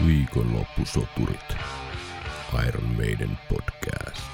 Viikonloppusoturit. Iron Maiden podcast.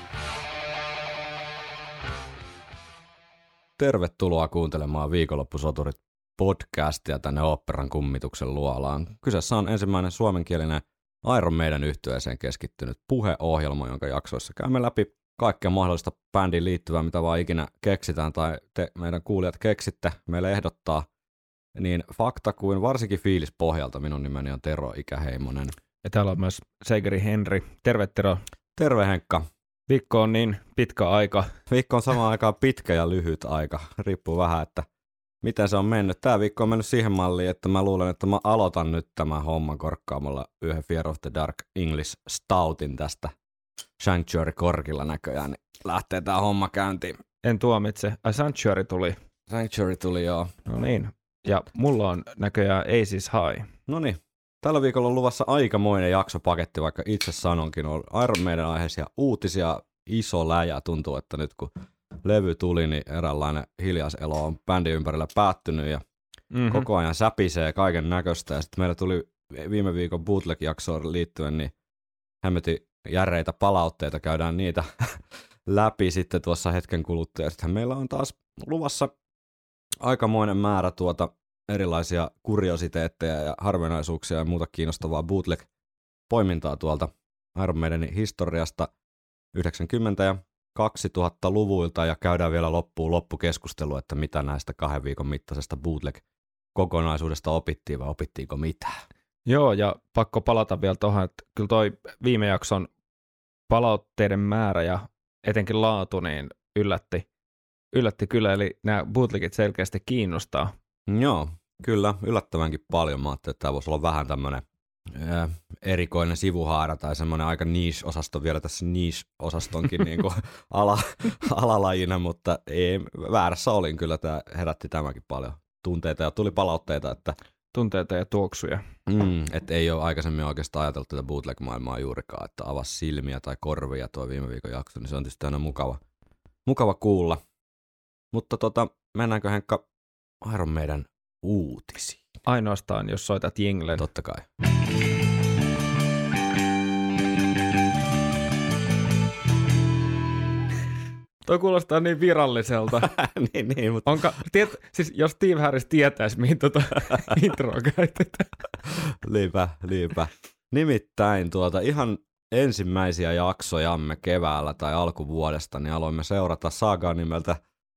Tervetuloa kuuntelemaan Viikonloppusoturit podcastia tänne Oopperan kummituksen luolaan. Kyseessä on ensimmäinen suomenkielinen Iron Maiden yhtyeeseen keskittynyt puheohjelma, jonka jaksoissa käymme läpi kaikkea mahdollista bändiin liittyvää, mitä vaan ikinä keksitään tai te meidän kuulijat keksitte meille ehdottaa. Niin fakta kuin varsinkin fiilis pohjalta. Minun nimeni on Tero Ikäheimonen. Ja täällä on myös Seigeri Henri. Terve Tero. Terve Henkka. Viikko on niin pitkä aika. Viikko on samaan aikaan pitkä ja lyhyt aika. Riippuu vähän, että miten se on mennyt. Tämä viikko on mennyt siihen malliin, että mä luulen, että mä aloitan nyt tämän homman korkkaamalla yhden Fear of the Dark English Stoutin tästä Sanctuary-korkilla näköjään. Niin lähtee tää homma käyntiin. En tuomitse. Sanctuary tuli. Sanctuary tuli, joo. No niin. Ja mulla on näköjään Aces High. Noniin. Tällä viikolla on luvassa aikamoinen jaksopaketti, vaikka itse sanonkin. On Iron Maiden aiheisia uutisia, iso läjä. Tuntuu, että nyt kun levy tuli, niin eräänlainen hiljaiselo on bändin ympärillä päättynyt ja koko ajan säpisee kaiken näköistä. Ja sitten meillä tuli viime viikon bootleg-jaksoon liittyen niin hemmetin järeitä palautteita. Käydään niitä läpi sitten tuossa hetken kuluttua. Sitten meillä on taas luvassa aikamoinen määrä erilaisia kuriositeetteja ja harvinaisuuksia ja muuta kiinnostavaa bootleg-poimintaa tuolta Iron Maidenin historiasta 90- ja 2000-luvuilta ja käydään vielä loppukeskustelu, että mitä näistä 2 viikon mittaisesta bootleg-kokonaisuudesta opittiin vai opittiinko mitään. Joo, ja pakko palata vielä tuohon, että kyllä toi viime jakson palautteiden määrä ja etenkin laatu niin yllätti kyllä, eli nämä bootlegit selkeästi kiinnostaa. Joo, kyllä, yllättävänkin paljon. Mä ajattelin, että tämä voisi olla vähän tämmöinen erikoinen sivuhaara tai semmoinen aika niche-osasto vielä tässä niche-osastonkin niin kuin alalajina, mutta ei, väärässä olin kyllä, tämä herätti tämäkin paljon tunteita ja tuli palautteita, että tunteita ja tuoksuja. Että ei ole aikaisemmin oikeastaan ajateltu tätä bootleg-maailmaa juurikaan, että avasi silmiä tai korvia tuo viime viikon jakso, niin se on tietysti aina mukava kuulla. Mutta mennäänkö Henkka Iron Maiden uutisiin? Ainoastaan, jos soitat jinglen. Totta kai. Toi kuulostaa niin viralliselta. niin, mutta siis jos Steve Harris tietäisi, mihin introa käytetään. Liipä. Nimittäin ihan ensimmäisiä jaksojamme keväällä tai alkuvuodesta, niin aloimme seurata sagaa nimeltä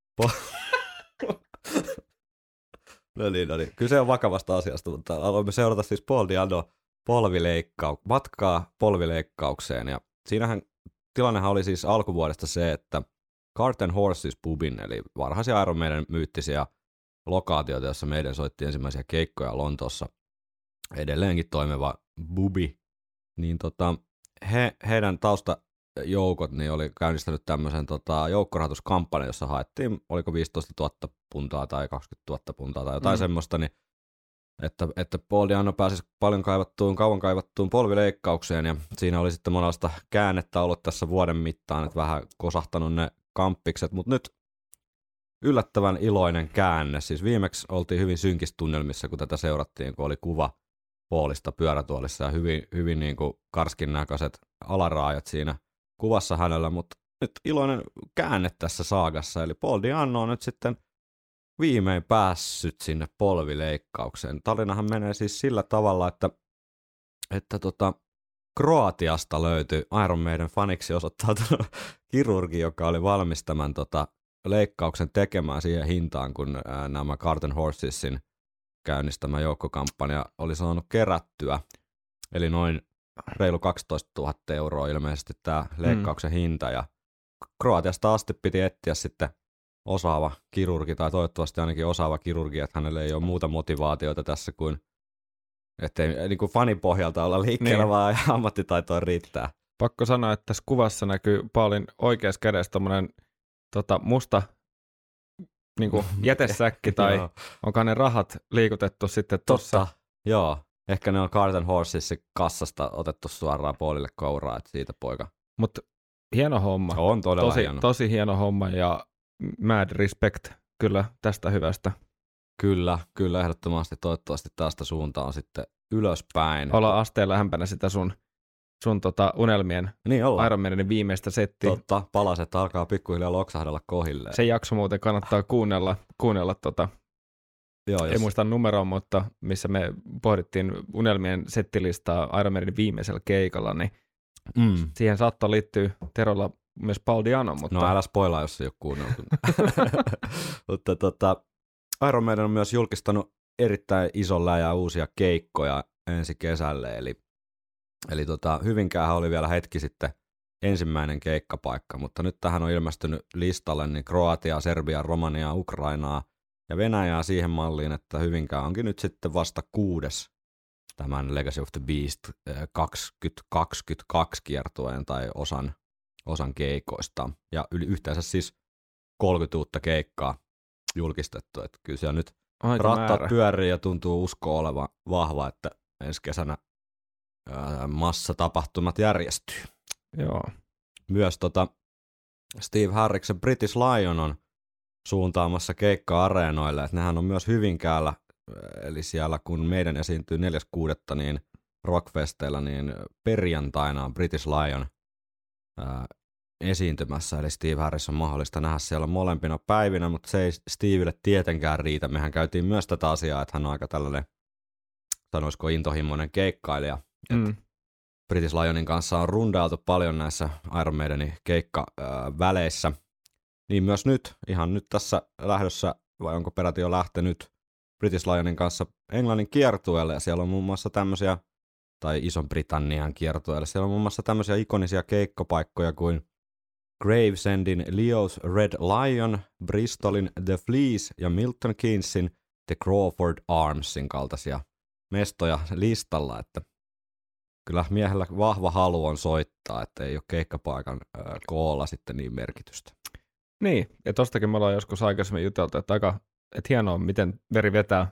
No niin. Kyse on vakavasta asiasta, mutta aloimme seurata siis Paul Di'Anno matkaa polvileikkaukseen. Ja siinähän tilannehan oli siis alkuvuodesta se, että Cart and Horses pubin, eli varhaisia Iron Maiden myyttisiä lokaatioita, joissa meidän soitti ensimmäisiä keikkoja Lontoossa, edelleenkin toimiva bubi, niin heidän taustajoukot niin oli käynnistänyt tämmöisen joukkorahoituskampanjan, jossa haettiin, oliko 15 000 puntaa tai 20 000 puntaa tai jotain semmoista, niin että Paul Di'Anno pääsisi kauan kaivattuun polvileikkaukseen, ja siinä oli sitten monenlaista käännettä ollut tässä vuoden mittaan, että vähän kosahtanut ne kamppikset, mutta nyt yllättävän iloinen käänne. Siis viimeksi oltiin hyvin synkissä tunnelmissa, kun tätä seurattiin, kun oli kuva Paulista pyörätuolissa ja hyvin niin kuin karskin näköiset alaraajat siinä kuvassa hänellä, mutta nyt iloinen käänne tässä saagassa, eli Paul Di'Anno on nyt sitten viimein päässyt sinne polvileikkaukseen. Tarinahan menee siis sillä tavalla, että Kroatiasta löytyi Iron Maiden faniksi osoittautunut kirurgi, joka oli valmis tämän leikkauksen tekemään siihen hintaan, kun nämä Cart and Horsesin käynnistämä joukkokampanja oli saanut kerättyä. Eli noin reilu 12 000 € ilmeisesti tämä leikkauksen hinta. Ja Kroatiasta asti piti etsiä sitten osaava kirurgi, tai toivottavasti ainakin osaava kirurgi, että hänelle ei ole muuta motivaatioita tässä kuin, ettei niin kuin fanipohjalta olla liikkeellä, niin, vaan ammattitaitoa riittää. Pakko sanoa, että tässä kuvassa näkyy Paulin oikeassa kädessä tommonen musta niin kuin jätesäkki, tai onko ne rahat liikutettu sitten tuossa? Joo, ehkä ne on Cart and Horsesin kassasta otettu suoraan Paulille kouraa, että siitä poika. Mutta hieno homma. On todella hieno. Tosi hieno homma ja mad respect kyllä tästä hyvästä. Kyllä, ehdottomasti. Toivottavasti tästä suunta on sitten ylöspäin. Ollaan asteen lähempänä sitä sun unelmien Niin ollaan. Iron Maidenin viimeistä settiä. Totta, palaset alkaa pikkuhiljaa loksahdella kohilleen. Se jakso muuten kannattaa kuunnella Joo, ei muista numeroa, mutta missä me pohdittiin unelmien settilistaa Iron Maidenin viimeisellä keikalla, niin siihen saattoi liittyä Terolla myös Paul Diano, mutta... No älä spoilaa, jos ei ole kuunneltu. Mutta Iron Maiden on myös julkistanut erittäin ison läjän uusia keikkoja ensi kesälle, eli Hyvinkäähän oli vielä hetki sitten ensimmäinen keikkapaikka, mutta nyt tähän on ilmestynyt listalle niin Kroatia, Serbia, Romania, Ukrainaa ja Venäjää siihen malliin, että Hyvinkää onkin nyt sitten vasta 6. tämän Legacy of the Beast 2022 kiertueen tai osan keikoista. Ja yhteensä siis 30 uutta keikkaa julkistettu. Että kyllä siellä nyt rattaat pyörii ja tuntuu usko olevan vahva, että ensi kesänä massatapahtumat järjestyy. Joo. Myös Steve Harriksen British Lion on suuntaamassa keikka-areenoille, että nehän on myös Hyvinkäällä, eli siellä kun meidän esiintyy 4.6. niin Rockfesteillä, niin perjantaina on British Lion esiintymässä, eli Steve Harris on mahdollista nähdä siellä molempina päivinä, mutta se ei Stevelle tietenkään riitä. Mehän käytiin myös tätä asiaa, että hän on aika tällainen, sanoisiko intohimoinen keikkailija. British Lionin kanssa on rundailtu paljon näissä Iron Maidenin keikkaväleissä. Niin myös nyt, ihan nyt tässä lähdössä, vai onko peräti jo lähtenyt British Lionin kanssa Englannin kiertueelle, ja siellä on muun muassa tämmöisiä, tai Ison-Britannian kiertueelle, siellä on muun muassa tämmöisiä ikonisia keikkopaikkoja kuin Gravesendin Leo's Red Lion, Bristolin The Fleece ja Milton Keynesin The Crawford Armsin kaltaisia mestoja listalla, että kyllä miehellä vahva halu on soittaa, että ei ole keikkapaikan koolla sitten niin merkitystä. Niin, ja tostakin me ollaan joskus aikaisemmin juteltu, että hienoa, miten veri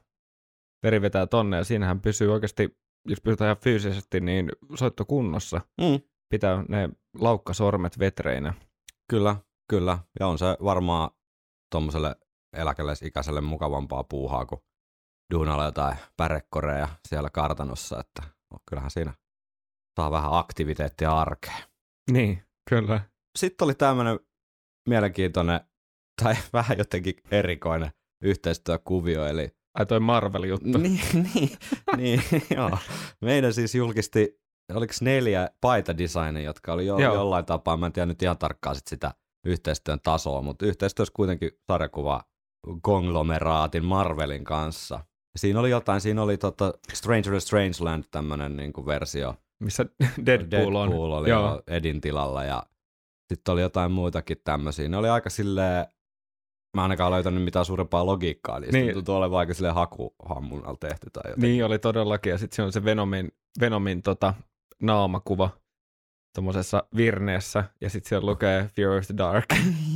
vetää tonne, ja siinähän pysyy oikeasti, jos pysytään ihan fyysisesti, niin soittokunnossa. Pitää ne laukkasormet vetreinä. Kyllä, ja on se varmaan tommoselle eläkeläisikäiselle mukavampaa puuhaa, kuin duunalla jotain pärekoreja siellä kartanossa, että kyllähän siinä saa vähän aktiviteettia arkeen. Niin, kyllä. Sitten oli tämmöinen mielenkiintoinen, tai vähän jotenkin erikoinen yhteistyökuvio, eli... Ai toi Marvel-juttu. niin, joo. Meidän siis julkisti, oliko 4 paitadesignia, jotka oli jollain tapaa, mä en tiedä nyt ihan tarkkaan sitä yhteistyön tasoa, mutta yhteistyössä kuitenkin sarjakuva konglomeraatin Marvelin kanssa. Siinä oli Stranger in Strangeland tämmönen niinku versio. Missä Deadpool oli jo Edin tilalla ja sitten oli jotain muitakin tämmöisiä. Ne oli aika silleen, mä ainakaan löytänyt mitään suurempaa logiikkaa, niin tuntuu olevan aika silleen hakuhammunalla tehty tai jotain. Niin oli todellakin, ja sitten siinä on se Venomin naamakuva tommosessa virneessä, ja sitten siellä lukee Fear of the Dark.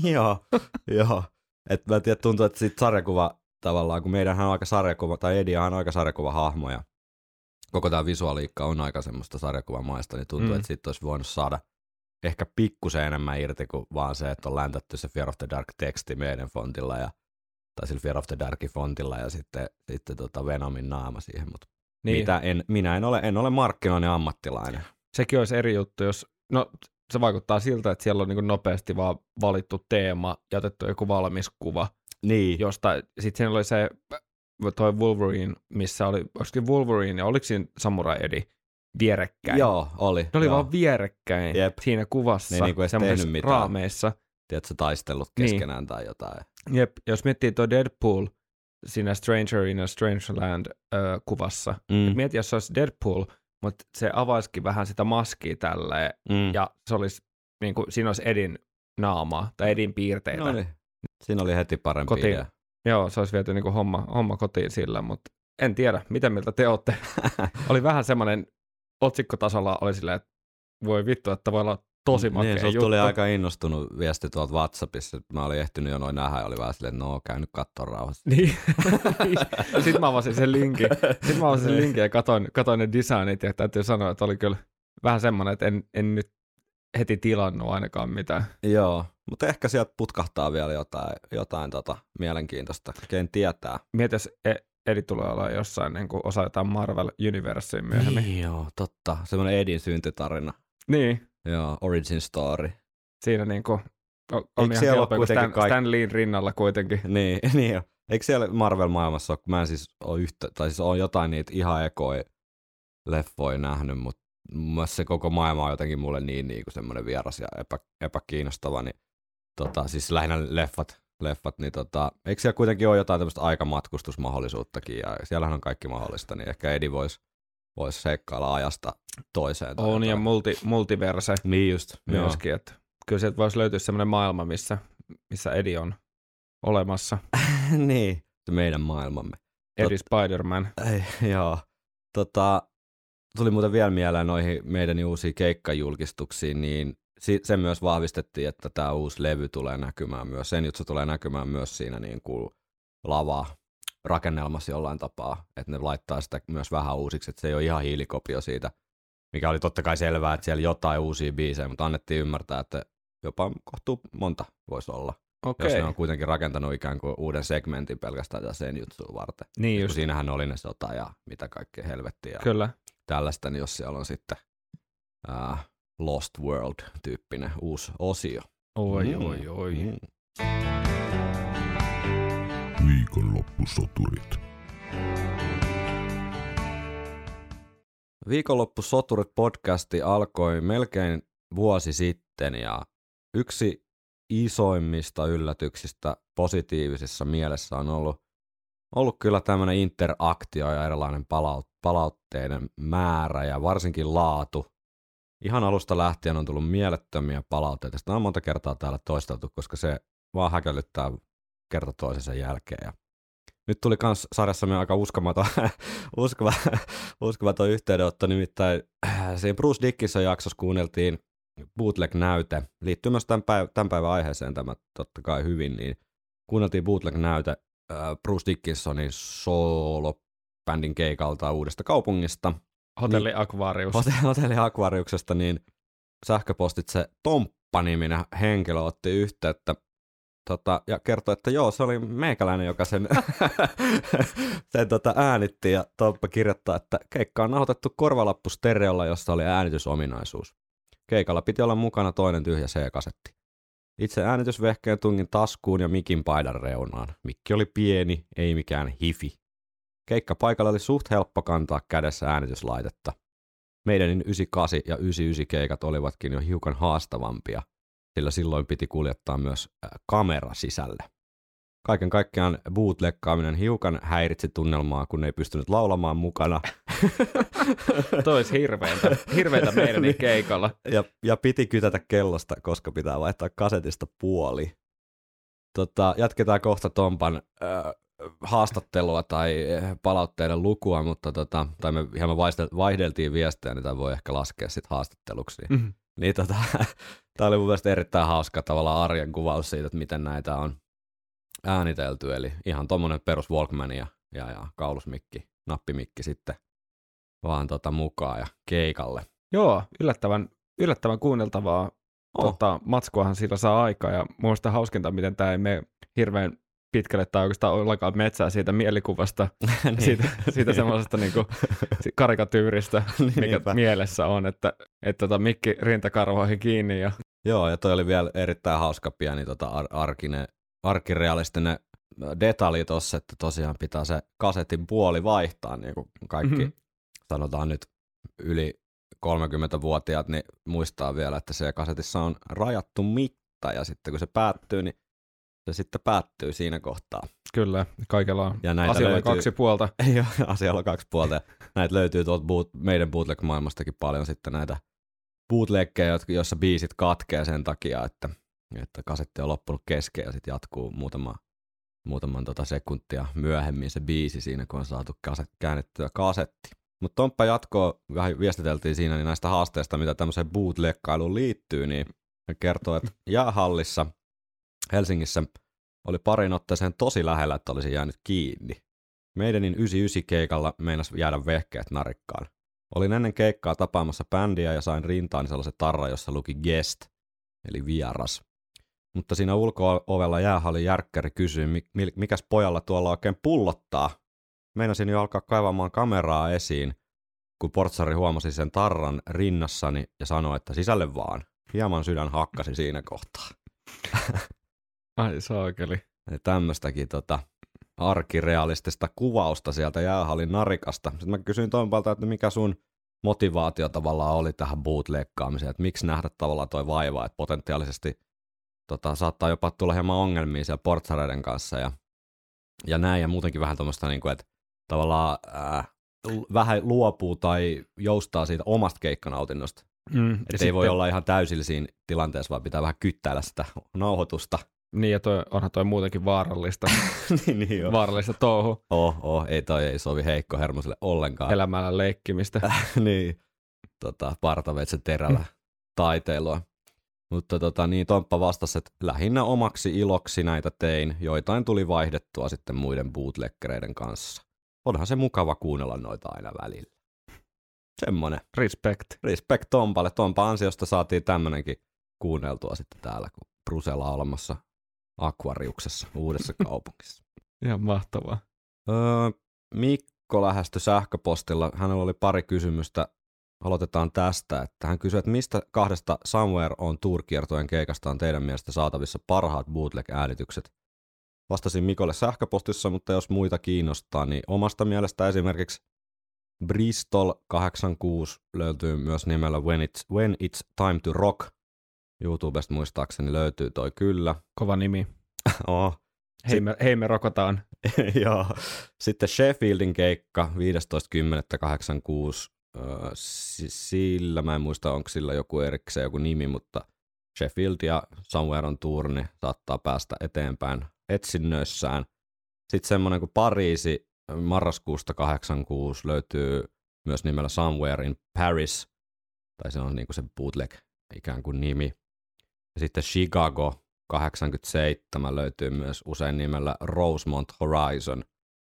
Joo. Et mä en tiedä, tuntuu, että sit sarjakuva tavallaan, kun meidänhän on aika sarjakuva, tai Ediahan on aika sarjakuva hahmo, ja koko tämä visuaaliikka on aika semmoista sarjakuvamaista, niin tuntuu, että siitä olisi voinut saada ehkä pikkusen enemmän irti kuin vaan se, että on läntätty se Fear of the Dark-teksti meidän fontilla, tai sillä Fear of the Darkin fontilla, ja sitten Venomin naama siihen, mutta niin. minä en ole markkinoinnin ammattilainen. Sekin olisi eri juttu, se vaikuttaa siltä, että siellä on niin nopeasti vaan valittu teema ja otettu joku valmis kuva. Niin. Josta sitten siinä oli se toi Wolverine, missä oli Wolverine ja oliko siinä Samurai Eddie vierekkäin? Joo, oli. Ne oli vaan vierekkäin siinä kuvassa, niin semmoisissa raameissa. Tiedätkö, taistellut keskenään tai jotain. Jep, jos miettii tuo Deadpool siinä Stranger in a Strangeland kuvassa, mieti, jos se olisi Deadpool, mutta se avaisikin vähän sitä maskia tälleen, ja se olisi, niin kuin, siinä olisi Edin naamaa tai Edin piirteitä. No niin. Siinä oli heti parempi idea. Joo, se olisi viety niin kuin homma kotiin sillä, mutta en tiedä, mitä mieltä te olette. Oli vähän semmoinen, otsikkotasolla oli silleen, että voi vittu, että voi olla tosi makea juttu. Niin, tuli aika innostunut viesti tuolta WhatsAppissa, mä olin ehtinyt jo noin nähdä ja oli vähän silleen, että no, käy nyt kattoo rauhassa. Niin, sitten mä avasin sen linkin. Ja katoin ne designit ja täytyy sanoa, että oli kyllä vähän semmoinen, että en nyt heti tilannut ainakaan mitään. Joo, mutta ehkä sieltä putkahtaa vielä jotain mielenkiintoista, ken tietää. Mietis Edi tulee olla jossain niin kuin osa jotain Marvel Universea myöhemmin. Niin joo, totta. Semmoinen Edin syntytarina. Niin. Joo, origin story. Siinä niin kuin on Eikö ihan siellä kelpoa, kun Stan Leen rinnalla kuitenkin. Niin jo. Eikö siellä Marvel-maailmassa ole, kun mä en siis ole on jotain niitä ihan ekoja leffoja nähnyt, mutta mun mielestä se koko maailma on jotenkin mulle niin kuin semmoinen vieras ja epäkiinnostava, niin siis lähinnä leffat, niin eikö siellä kuitenkin ole jotain tämmöistä aikamatkustusmahdollisuuttakin, ja siellähän on kaikki mahdollista, niin ehkä Eddie voisi seikkailla ajasta toiseen. On, ja multiverse niin just, myöskin, että kyllä sieltä voisi löytyä semmoinen maailma, missä Eddie on olemassa. Niin, meidän maailmamme. Eddie Spider-Man. Joo. Tuli muuten vielä mieleen noihin meidän uusiin keikkajulkistuksiin, niin se myös vahvistettiin, että tämä uusi levy tulee näkymään myös. Sen juttu tulee näkymään myös siinä niin kuin lava-rakennelmassa jollain tapaa, että ne laittaa sitä myös vähän uusiksi, että se ei ole ihan hiilikopio siitä, mikä oli totta kai selvää, että siellä jotain uusia biisejä, mutta annettiin ymmärtää, että jopa kohtuu monta voisi olla. Okei. Jos ne on kuitenkin rakentanut ikään kuin uuden segmentin pelkästään sen juttuun varten. Niin just. Siinähän oli ne sota ja mitä kaikkea helvettiä. Kyllä. Tällaista, niin jos siellä on sitten Lost World-tyyppinen uusi osio. Oi. Viikonloppusoturit. Viikonloppusoturit podcasti alkoi melkein vuosi sitten ja yksi isoimmista yllätyksistä positiivisessa mielessä on ollut kyllä tämmöinen interaktio ja erilainen palautteiden määrä ja varsinkin laatu. Ihan alusta lähtien on tullut mielettömiä palautteita. Sitä on monta kertaa täällä toisteltu, koska se vaan häkellyttää kerta toisensa jälkeen. Ja nyt tuli myös sarjassamme aika uskomaton yhteydenotto, nimittäin siinä Bruce Dickinson jaksossa kuunneltiin bootleg-näyte. Liittyy myös tämän päivän aiheeseen tämä totta kai hyvin, niin kuunneltiin bootleg-näyte Bruce Dickinsonin soolobändin keikalta Uudesta kaupungista. Hotelli Aquarius. Hotelli Aquariuksesta, niin sähköpostitse Tomppa-niminen henkilö otti yhteyttä ja kertoi, että joo, se oli meikäläinen, joka sen äänitti, ja Tomppa kirjoittaa, että keikka on nauhoitettu korvalappustereolla, jossa oli äänitysominaisuus. Keikalla piti olla mukana toinen tyhjä C-kasetti. Itse äänitysvehkeen tungin taskuun ja mikin paidan reunaan. Mikki oli pieni, ei mikään hifi. Keikkapaikalla oli suht helppo kantaa kädessä äänityslaitetta. Meidän 98 ja 99 keikat olivatkin jo hiukan haastavampia, sillä silloin piti kuljettaa myös kamera sisälle. Kaiken kaikkiaan bootlegkaaminen hiukan häiritsi tunnelmaa, kun ei pystynyt laulamaan mukana. Toi olisi hirveitä meidän keikalla. Ja piti kytätä kellosta, koska pitää vaihtaa kasetista puoli. Jatketaan kohta Tompan haastattelua tai palautteiden lukua, mutta tai me hieman vaihdeltiin viestejä, niin tämä voi ehkä laskea sitten haastatteluksi. Mm-hmm. Niin tämä oli mun mielestä erittäin hauska tavallaan arjen kuvaus siitä, että miten näitä on äänitelty, eli ihan tommonen perus Walkman ja kaulusmikki, nappimikki sitten vaan mukaan ja keikalle. Joo, yllättävän kuunneltavaa matskuahan sillä saa aikaa, ja mun mielestä hauskinta, miten tämä ei mene hirveän pitkälle tai oikeastaan ollenkaan metsää siitä mielikuvasta, siitä semmoisesta niinku karikatyyristä, mikä mielessä on, että mikki rintakarvoihin kiinni. Ja... Joo, ja toi oli vielä erittäin hauska pieni arkirealistinen detalji tossa, että tosiaan pitää se kasetin puoli vaihtaa, niin kuin kaikki sanotaan nyt yli 30-vuotiaat, niin muistaa vielä, että se kasetissa on rajattu mitta, ja sitten kun se päättyy, niin se sitten päättyy siinä kohtaa. Kyllä, kaikella on. Asialla on 2 puolta. Joo, asialla on 2 puolta. Näitä löytyy tuolta meidän bootleg-maailmastakin paljon sitten näitä bootleggejä, joissa biisit katkee sen takia, että kasetti on loppunut kesken ja sitten jatkuu muutaman sekuntia myöhemmin se biisi siinä, kun on saatu käännettyä kasetti. Mutta Tomppa jatkoo, vähän viestiteltiin siinä niin näistä haasteista, mitä tämmöiseen bootleggailuun liittyy, niin hän kertoo, että jäähallissa Helsingissä oli parin otteeseen tosi lähellä, että olisi jäänyt kiinni. Meidänin 99 keikalla meinasi jäädä vehkeet narikkaan. Olin ennen keikkaa tapaamassa bändiä ja sain rintaani sellaisen tarra, jossa luki guest, eli vieras. Mutta siinä ulko-ovella jäähallin järkkäri kysyi, mikäs pojalla tuolla oikein pullottaa. meinasin jo alkaa kaivamaan kameraa esiin, kun portsari huomasi sen tarran rinnassani ja sanoi, että sisälle vaan. Hieman sydän hakkasi siinä kohtaa. Ai saakeli. Tämmöistäkin arkirealistista kuvausta sieltä jäähallin narikasta. Sitten mä kysyin Tompalta, että mikä sun motivaatio tavallaan oli tähän bootleggaamiseen, että miksi nähdä tavallaan toi vaiva, että potentiaalisesti saattaa jopa tulla hieman ongelmia siellä portsareiden kanssa ja näin, ja muutenkin vähän tuommoista, niin kuin, että tavallaan vähän luopuu tai joustaa siitä omasta keikkanautinnosta. Että ei voi olla ihan täysillä siinä tilanteessa, vaan pitää vähän kyttäillä sitä nauhoitusta. Niin, ja onhan toi muutenkin vaarallista. niin vaarallista touhu. Ei sovi Heikko Hermoselle ollenkaan. Elämällä leikkimistä. niin, partaveitsen terällä taiteilua. Mutta niin Tomppa vastasi, että lähinnä omaksi iloksi näitä tein, joitain tuli vaihdettua sitten muiden bootleggereiden kanssa. Onhan se mukava kuunnella noita aina välillä. Semmonen. Respect Tompalle. Tompa ansiosta saatiin tämmönenkin kuunneltua sitten täällä, kun Brusella olemassa Aquariuksessa uudessa kaupungissa. Ihan mahtavaa. Mikko lähestyi sähköpostilla. Hänellä oli pari kysymystä. Aloitetaan tästä, että hän kysyi, että mistä kahdesta Somewhere on Tour-kiertojen keikasta on teidän mielestä saatavissa parhaat bootleg-äänitykset? Vastasin Mikolle sähköpostissa, mutta jos muita kiinnostaa, niin omasta mielestä esimerkiksi Bristol 86 löytyy myös nimellä When It's Time to Rock. YouTubesta muistaakseni löytyy toi kyllä. Kova nimi. Hei me rokotaan. Joo. Sitten Sheffieldin keikka 15.10.86. Sillä mä en muista, onko sillä joku erikseen joku nimi, mutta Sheffield ja Somewhere on Tour niin saattaa päästä eteenpäin etsinnöissään. Sitten semmoinen kuin Pariisi marraskuusta 86 löytyy myös nimellä Somewhere in Paris, tai se on niinku se bootleg ikään kuin nimi. Ja sitten Chicago 87 löytyy myös usein nimellä Rosemont Horizon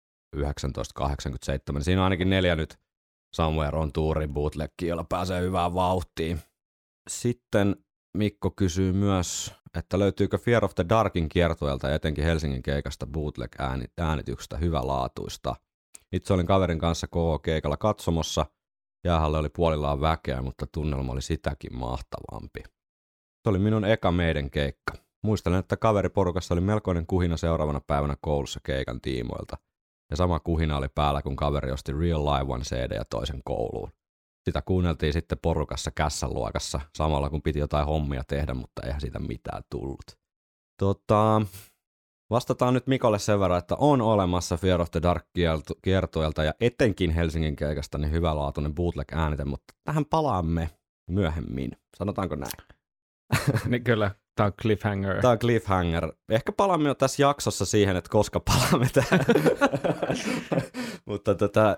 1987. Siinä on ainakin 4 nyt Somewhere on Tourin bootlegki, jolla pääsee hyvään vauhtiin. Sitten Mikko kysyy myös, että löytyykö Fear of the Darkin kiertueelta ja etenkin Helsingin keikasta bootleg-äänityksestä hyvälaatuista. Itse olin kaverin kanssa KO-keikalla katsomossa. Jäähalle oli puolillaan väkeä, mutta tunnelma oli sitäkin mahtavampi. Se oli minun eka meidän keikka. Muistelen, että kaveriporukassa oli melkoinen kuhina seuraavana päivänä koulussa keikan tiimoilta. Ja sama kuhina oli päällä, kun kaveri osti Real Live One CD ja toisen kouluun. Sitä kuunneltiin sitten porukassa kässän luokassa, samalla kun piti jotain hommia tehdä, mutta eihän siitä mitään tullut. Vastataan nyt Mikolle sen verran, että on olemassa Fear of the Dark kiertueelta ja etenkin Helsingin keikasta niin hyvälaatuinen bootleg-äänite, mutta tähän palaamme myöhemmin. Sanotaanko näin? Niin kyllä, tämä on cliffhanger. Tämä on cliffhanger. Ehkä palaamme jo tässä jaksossa siihen, että koska palaamme tähän. Mutta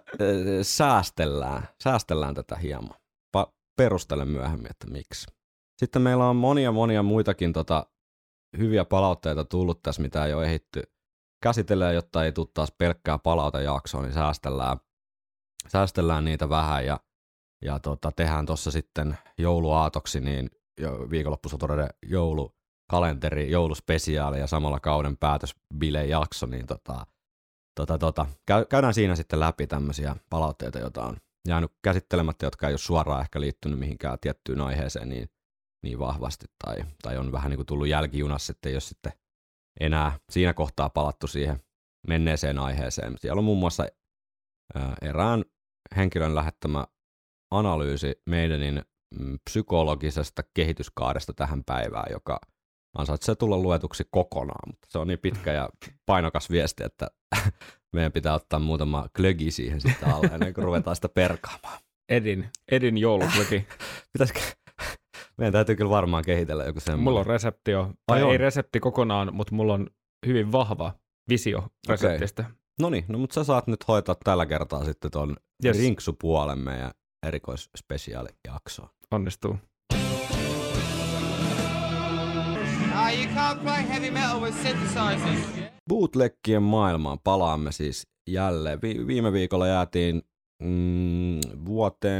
säästellään tätä hieman. Perustelen myöhemmin, että miksi. Sitten meillä on monia muitakin hyviä palautteita tullut tässä, mitä ei ole ehditty käsitellä, jotta ei tule taas pelkkää palautejaksoa, niin säästellään niitä vähän ja tehdään tuossa sitten jouluaatoksi niin viikonloppusotureiden joulukalenteri, jouluspesiaali ja samalla kauden päätösbilejakso, niin käydään siinä sitten läpi tämmöisiä palautteita, joita on jäänyt käsittelemättä, jotka ei ole suoraan ehkä liittynyt mihinkään tiettyyn aiheeseen niin vahvasti, tai on vähän niin kuin tullut jälkijunassa, että ei ole sitten enää siinä kohtaa palattu siihen menneeseen aiheeseen. Siellä on muun muassa erään henkilön lähettämä analyysi meidänin psykologisesta kehityskaaresta tähän päivään, joka ansaitsee tulla luetuksi kokonaan, mutta se on niin pitkä ja painokas viesti, että meidän pitää ottaa muutama klögi siihen sitten alle, ennen kuin ruvetaan sitä perkaamaan. Edin jouluklögi. Pitäisikö? Meidän täytyy kyllä varmaan kehitellä joku semmoinen. Mulla on reseptio. Ei resepti kokonaan, mutta mulla on hyvin vahva visio reseptistä. Okay. Noniin, mutta sä saat nyt hoitaa tällä kertaa sitten ton rinksupuolen meidän erikoisspesiaalijaksoon. Onnistuu. Bootleggien maailmaan palaamme siis jälleen. Viime viikolla jäätiin vuoteen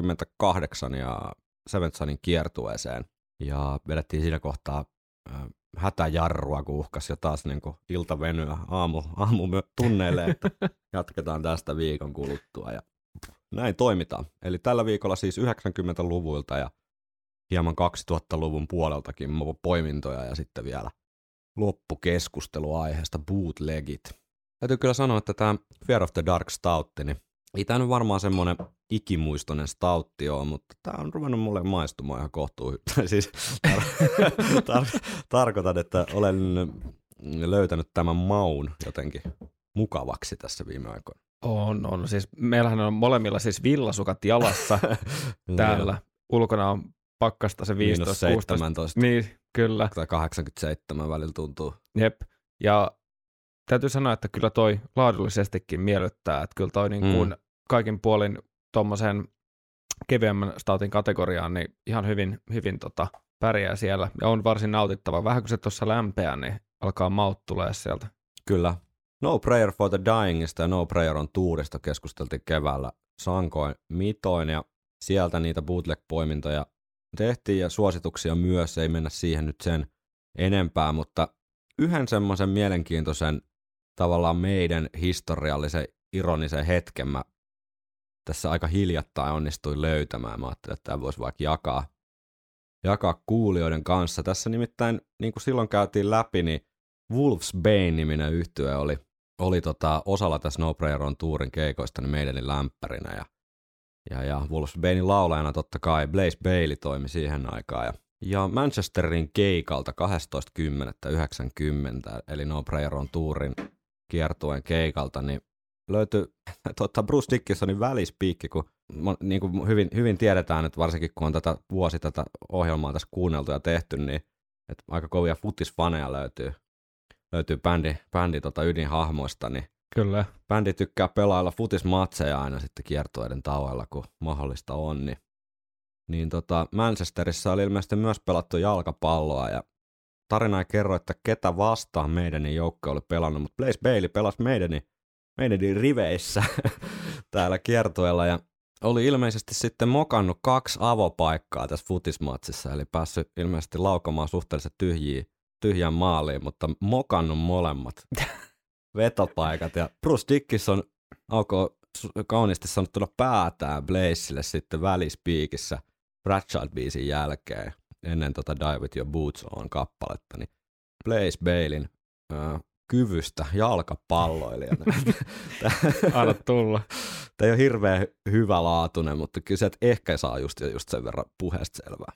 1988 ja Seventh Sunin kiertueeseen ja vedettiin siinä kohtaa hätäjarrua, kun uhkas jo taas niin kuin iltavenyä aamu tunneille, että jatketaan tästä viikon kuluttua ja näin toimitaan. Eli tällä viikolla siis 90-luvulta ja hieman 2000-luvun puoleltakin poimintoja ja sitten vielä loppukeskustelu aiheesta bootlegit. Täytyy kyllä sanoa, että tämä Fear of the Dark Stoutti, niin ei tämä nyt varmaan semmoinen ikimuistoinen stoutti ole, mutta tämä on ruvennut mulle maistumaan ihan kohtuun. Siis tarkoitan, että olen löytänyt tämän maun jotenkin mukavaksi tässä viime aikoina. On. Siis meillähän on molemmilla siis villasukat jalassa täällä. Ulkona on pakkasta se 15, 17. Niin, kyllä. Tai 87 välillä tuntuu. Jep. Ja täytyy sanoa, että kyllä toi laadullisestikin miellyttää, että kyllä toi niin kuin kaikin puolin tuommoisen kevyemmän stoutin kategoriaan niin ihan hyvin pärjää siellä ja on varsin nautittava. Vähän kun se tuossa lämpeää, niin alkaa maut tulee sieltä. Kyllä. No Prayer for the Dyingista ja No Prayer on Tourista keskusteltiin keväällä sankoin mitoin ja sieltä niitä bootleg-poimintoja tehtiin ja suosituksia myös, ei mennä siihen nyt sen enempää, mutta yhden semmoisen mielenkiintoisen tavallaan meidän historiallisen ironisen hetken mä tässä aika hiljattain onnistuin löytämään. Mä ajattelin, että tämä voisi vaikka jakaa kuulijoiden kanssa. Tässä nimittäin, niin kuin silloin käytiin läpi, niin Wolf's Bane-niminen yhtye oli osalla tässä No Prayer on Tourin keikoista niin meidänin lämpärinä. Ja Wolf's Banein laulajana totta kai Blaze Bayley toimi siihen aikaan. Ja Manchesterin keikalta 12.10.90, eli No Prayer on Tourin kiertueen keikalta, niin löytyi Bruce Dickinsonin välispiikki, kun niin kuin hyvin tiedetään, että varsinkin kun on tätä ohjelmaa tässä kuunneltu ja tehty, niin että aika kovia futisfaneja löytyy bändi ydinhahmoista, niin kyllä. Bändi tykkää pelailla futismatseja aina sitten kiertueiden tauoilla, kun mahdollista on, niin Manchesterissa oli ilmeisesti myös pelattu jalkapalloa ja tarina ei kerro, että ketä vastaan meidänin joukko oli pelannut, mutta Blaze Bayley pelasi meidänin riveissä täällä kiertueella ja oli ilmeisesti sitten mokannut 2 avopaikkaa tässä futismatsissa, eli päässyt ilmeisesti laukamaan suhteellisen tyhjään maaliin, mutta mokannut molemmat vetopaikat ja Bruce Dickinson alkoi kauniisti sanottuna päätään Blazelle sitten välispiikissä Bradchild-biisin jälkeen ennen Die With Your Boots On -kappaletta, niin Blaze Baileyn kyvystä jalkapalloilijana. Anna tulla. Tämä ei ole hirveän hyvälaatuinen, mutta kyllä se, että ehkä saa just sen verran puheesta selvää.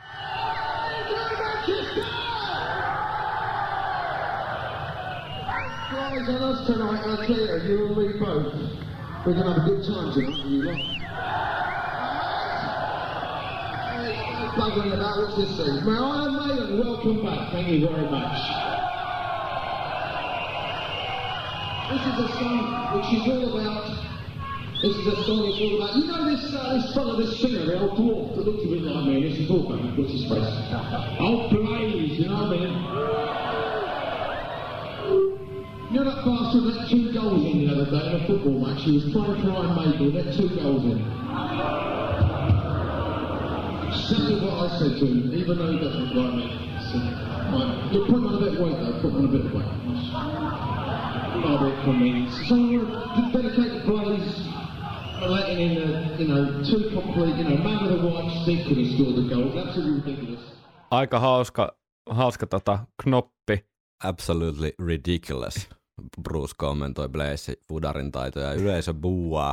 Guys, on us tonight, I tell you, you and me both, we're going to have a good time tonight, you lot. Bugging about, what's this thing? May Iron Maiden, welcome back, thank you very much. This is a song which is all about, you know this fellow, this singer, the old dwarf that looks a bit like me, this is all about, what's his face? Old Blaze, you know what I mean? You know that bastard let 2 goals in the other day in a football match? He was playing for Iron Maiden, let 2 goals in. Exactly what I said to him, even though he doesn't like me. So, right, you're putting on a bit of weight though, put on a bit of weight. Not a bit for me. So we're dedicated Blaze, letting in 2 complete, man with a white stick could have scored the goals, absolutely ridiculous. Aika hauska knoppi. Absolutely ridiculous. Bruce kommentoi Blaze fudarin taitoja ja yleisö buuaa,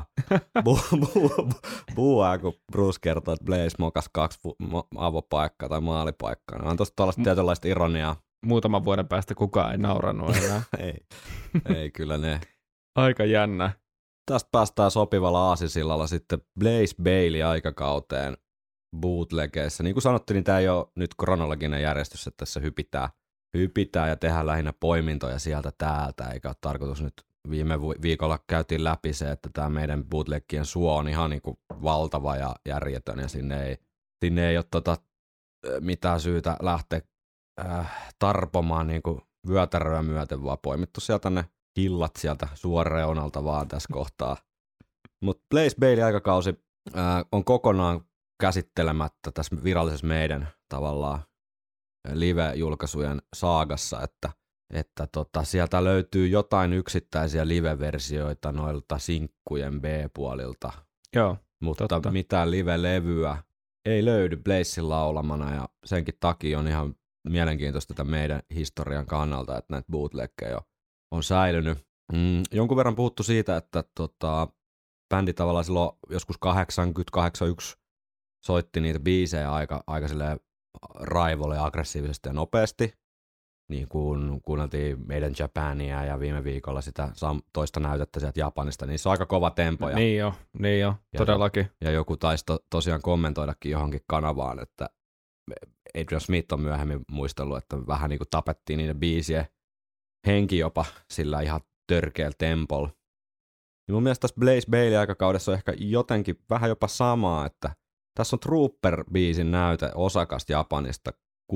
kun Bruce kertoo, että Blaze mokas 2 avopaikkaa tai maalipaikkaa. On tosta tuollaista tietynlaista ironiaa. Muutaman vuoden päästä kukaan ei naurannut enää. ei kyllä ne. Aika jännä. Tästä päästään sopivalla aasisillalla sitten Blaze Bayley aikakauteen bootlegeissä. Niin kuin sanottiin, niin tämä ei ole nyt kronologinen järjestys, että tässä hypitään ja tehdään lähinnä poimintoja sieltä täältä, eikä ole tarkoitus nyt viime viikolla käytiin läpi se, että tämä meidän bootlegien suo on ihan niin kuin valtava ja järjetön ja sinne ei ole mitään syytä lähteä tarpomaan niin kuin vyötäröä myöten, vaan poimittu sieltä ne hillat sieltä suoreunalta vaan tässä kohtaa. Mutta Blaze Bayley aikakausi on kokonaan käsittelemättä tässä virallisessa meidän tavallaan live-julkaisujen saagassa, että sieltä löytyy jotain yksittäisiä live-versioita noilta sinkkujen B-puolilta. Joo, mutta totta. mitään live-levyä ei löydy Blazein laulamana, ja senkin takia on ihan mielenkiintoista tämän meidän historian kannalta, että näitä bootleggejä on säilynyt. Jonkun verran puhuttu siitä, että bändi tavallaan silloin joskus 81 soitti niitä biisejä aika silleen raivolle ja aggressiivisesti ja nopeasti. Niin kuin kuunneltiin meidän Japania ja viime viikolla sitä toista näytettä sieltä Japanista, niin se on aika kova tempo. Niin jo, todellakin. Ja joku taisi tosiaan kommentoidakin johonkin kanavaan, että Adrian Smith on myöhemmin muistellut, että vähän niin kuin tapettiin niiden biisien henki jopa sillä ihan törkeällä tempolla. Ja mun mielestä tässä Blaze Bayley-aikakaudessa on ehkä jotenkin vähän jopa samaa, että tässä on Trooper-biisin näyte Osakasta Japanista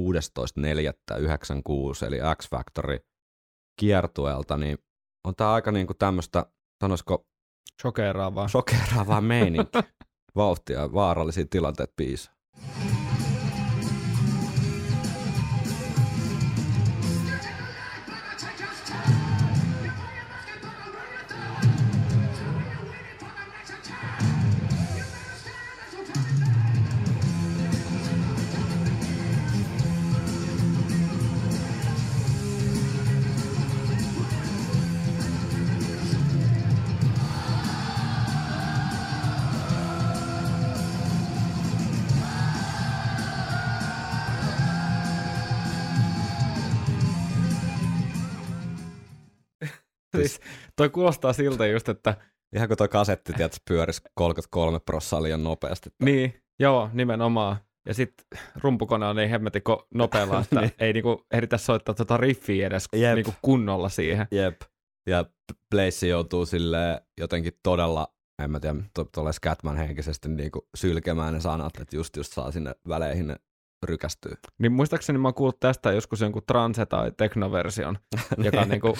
16.4.96, eli X-Factory kiertueelta, niin on tää aika niinku tämmöstä, sanoisiko shokeraavaa meininki, vauhtia ja vaarallisia tilanteita biisiä. Siis toi kuulostaa siltä just, että Ihan kun toi kasetti, tiedätkö, pyörisi 33% liian nopeasti. niin, joo, nimenomaan. Ja sitten rumpukone on niin hemmetin nopealla, että Niin. ei niinku ehditä soittaa tota riffiä edes niinku kunnolla siihen. Jep. Ja Blaze joutuu silleen jotenkin todella, en mä tiedä, tuolle Scatman henkisesti niinku sylkemään ne sanat, että just saa sinne väleihin ne rykästyy. Niin muistaakseni mä oon kuullut tästä joskus jonkun transe- tai teknoversion, joka niinku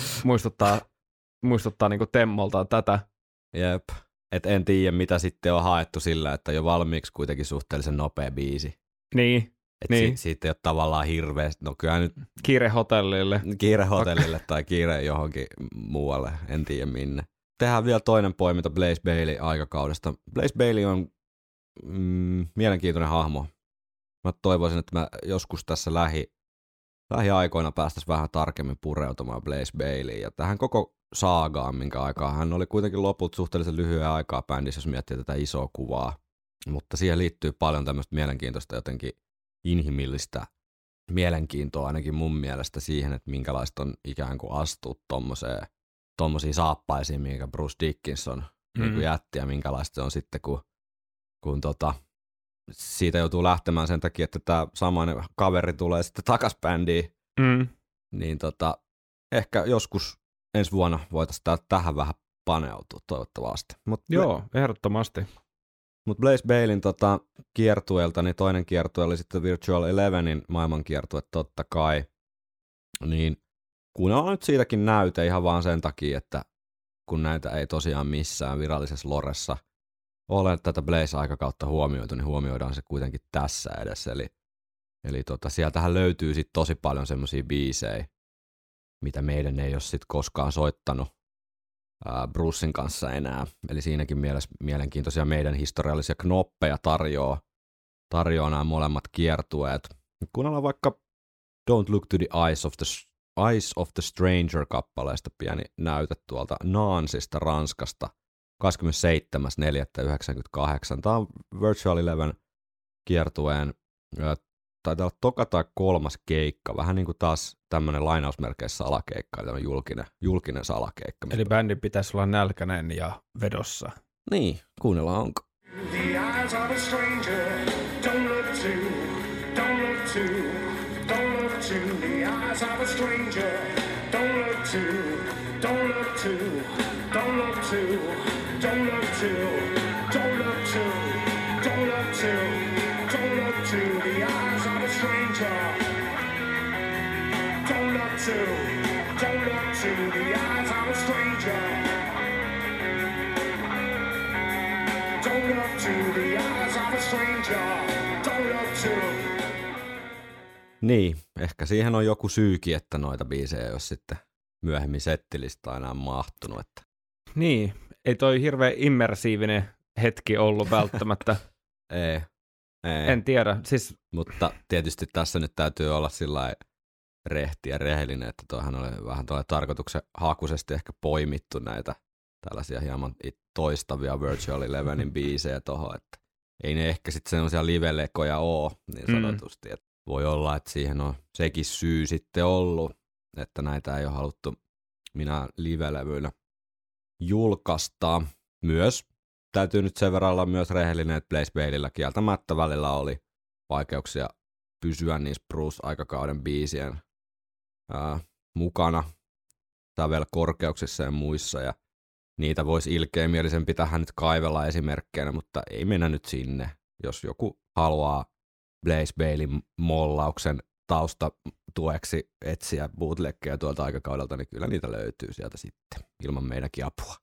muistuttaa niinku Temmolta tätä. Jep. Et en tiedä, mitä sitten on haettu sillä, että jo valmiiksi kuitenkin suhteellisen nopea biisi. Niin, Et niin. siitä ei ole tavallaan hirveästi, no kyllä nyt Kiire hotellille. kiire hotellille tai kiire johonkin muualle, en tiedä minne. Tehdään vielä toinen poiminta Blaze Bayley aikakaudesta. Blaze Bayley on mielenkiintoinen hahmo. Mä toivoisin, että mä joskus tässä lähiaikoina päästäisiin vähän tarkemmin pureutumaan Blaze Bayleyin. Ja tähän koko saagaan, minkä aikaa hän oli kuitenkin lopulta suhteellisen lyhyen aikaa bändissä, jos miettii tätä isoa kuvaa. Mutta siihen liittyy paljon tämmöistä mielenkiintoista jotenkin inhimillistä mielenkiintoa ainakin mun mielestä siihen, että minkälaista on ikään kuin astua tommosiin saappaisiin, minkä Bruce Dickinson niin jätti, ja minkälaista se on sitten, kun siitä joutuu lähtemään sen takia, että tämä samainen kaveri tulee sitten takas bändiin, niin ehkä joskus ensi vuonna voitaisiin tähän vähän paneutua toivottavasti. Joo, ehdottomasti. Mutta Blaze Bayleyn kiertueelta, niin toinen kiertue oli sitten Virtual Elevenin maailmankiertue totta kai. Niin kuunnellaan nyt siitäkin näyte ihan vaan sen takia, että kun näitä ei tosiaan missään virallisessa loressa ole tätä Blaze-aikakautta huomioitu, niin huomioidaan se kuitenkin tässä edessä. Eli sieltähän löytyy sitten tosi paljon semmoisia biisejä, mitä meidän ei ole sitten koskaan soittanut Brucein kanssa enää. Eli siinäkin mielessä mielenkiintoisia meidän historiallisia knoppeja tarjoaa nämä molemmat kiertueet. Kuunnellaan vaikka Don't Look to the Eyes of the Stranger-kappaleesta pieni näyte tuolta Nansista, Ranskasta, 27.4.98. Tämä on Virtual Eleven kiertueen, taitaa olla toka tai kolmas keikka, vähän niin kuin taas tämmöinen lainausmerkeissä salakeikka, eli tämmöinen julkinen salakeikka. Eli bändin pitäisi olla nälkäinen ja vedossa. Niin, kuunnellaan onko. The eyes of a stranger, don't look to the eyes of a stranger, don't look to the eyes of a stranger, don't look to the eyes of a stranger, don't look to the eyes of a stranger, don't look to. Niin, ehkä siihen on joku syykin, että noita biisejä ei ole sitten myöhemmin settilistä enää mahtunut. Että. Niin, ei toi hirveän immersiivinen hetki ollut välttämättä. Ei. En tiedä, siis... Mutta tietysti tässä nyt täytyy olla sillä rehti ja rehellinen, että toihan oli vähän tarkoituksen hakuisesti ehkä poimittu näitä tällaisia hieman toistavia Virtual Elevenin biisejä tohon, että ei ne ehkä sitten sellaisia live-lekoja ole niin sanotusti, että voi olla, että siihen on sekin syy sitten ollut, että näitä ei ole haluttu minä live-levyillä julkaista. Myös täytyy nyt sen verran olla myös rehellinen, että Blaze Bayleyllä kieltämättä välillä oli vaikeuksia pysyä niissä Bruce-aikakauden biisien mukana sävelkorkeuksissa ja muissa, ja niitä voisi ilkeämielisen tähän nyt kaivella esimerkkeinä, mutta ei mennä nyt sinne. Jos joku haluaa Blaze Bayleyn mollauksen taustatueksi etsiä bootleggeja tuolta aikakaudelta, niin kyllä niitä löytyy sieltä sitten, ilman meidänkin apua.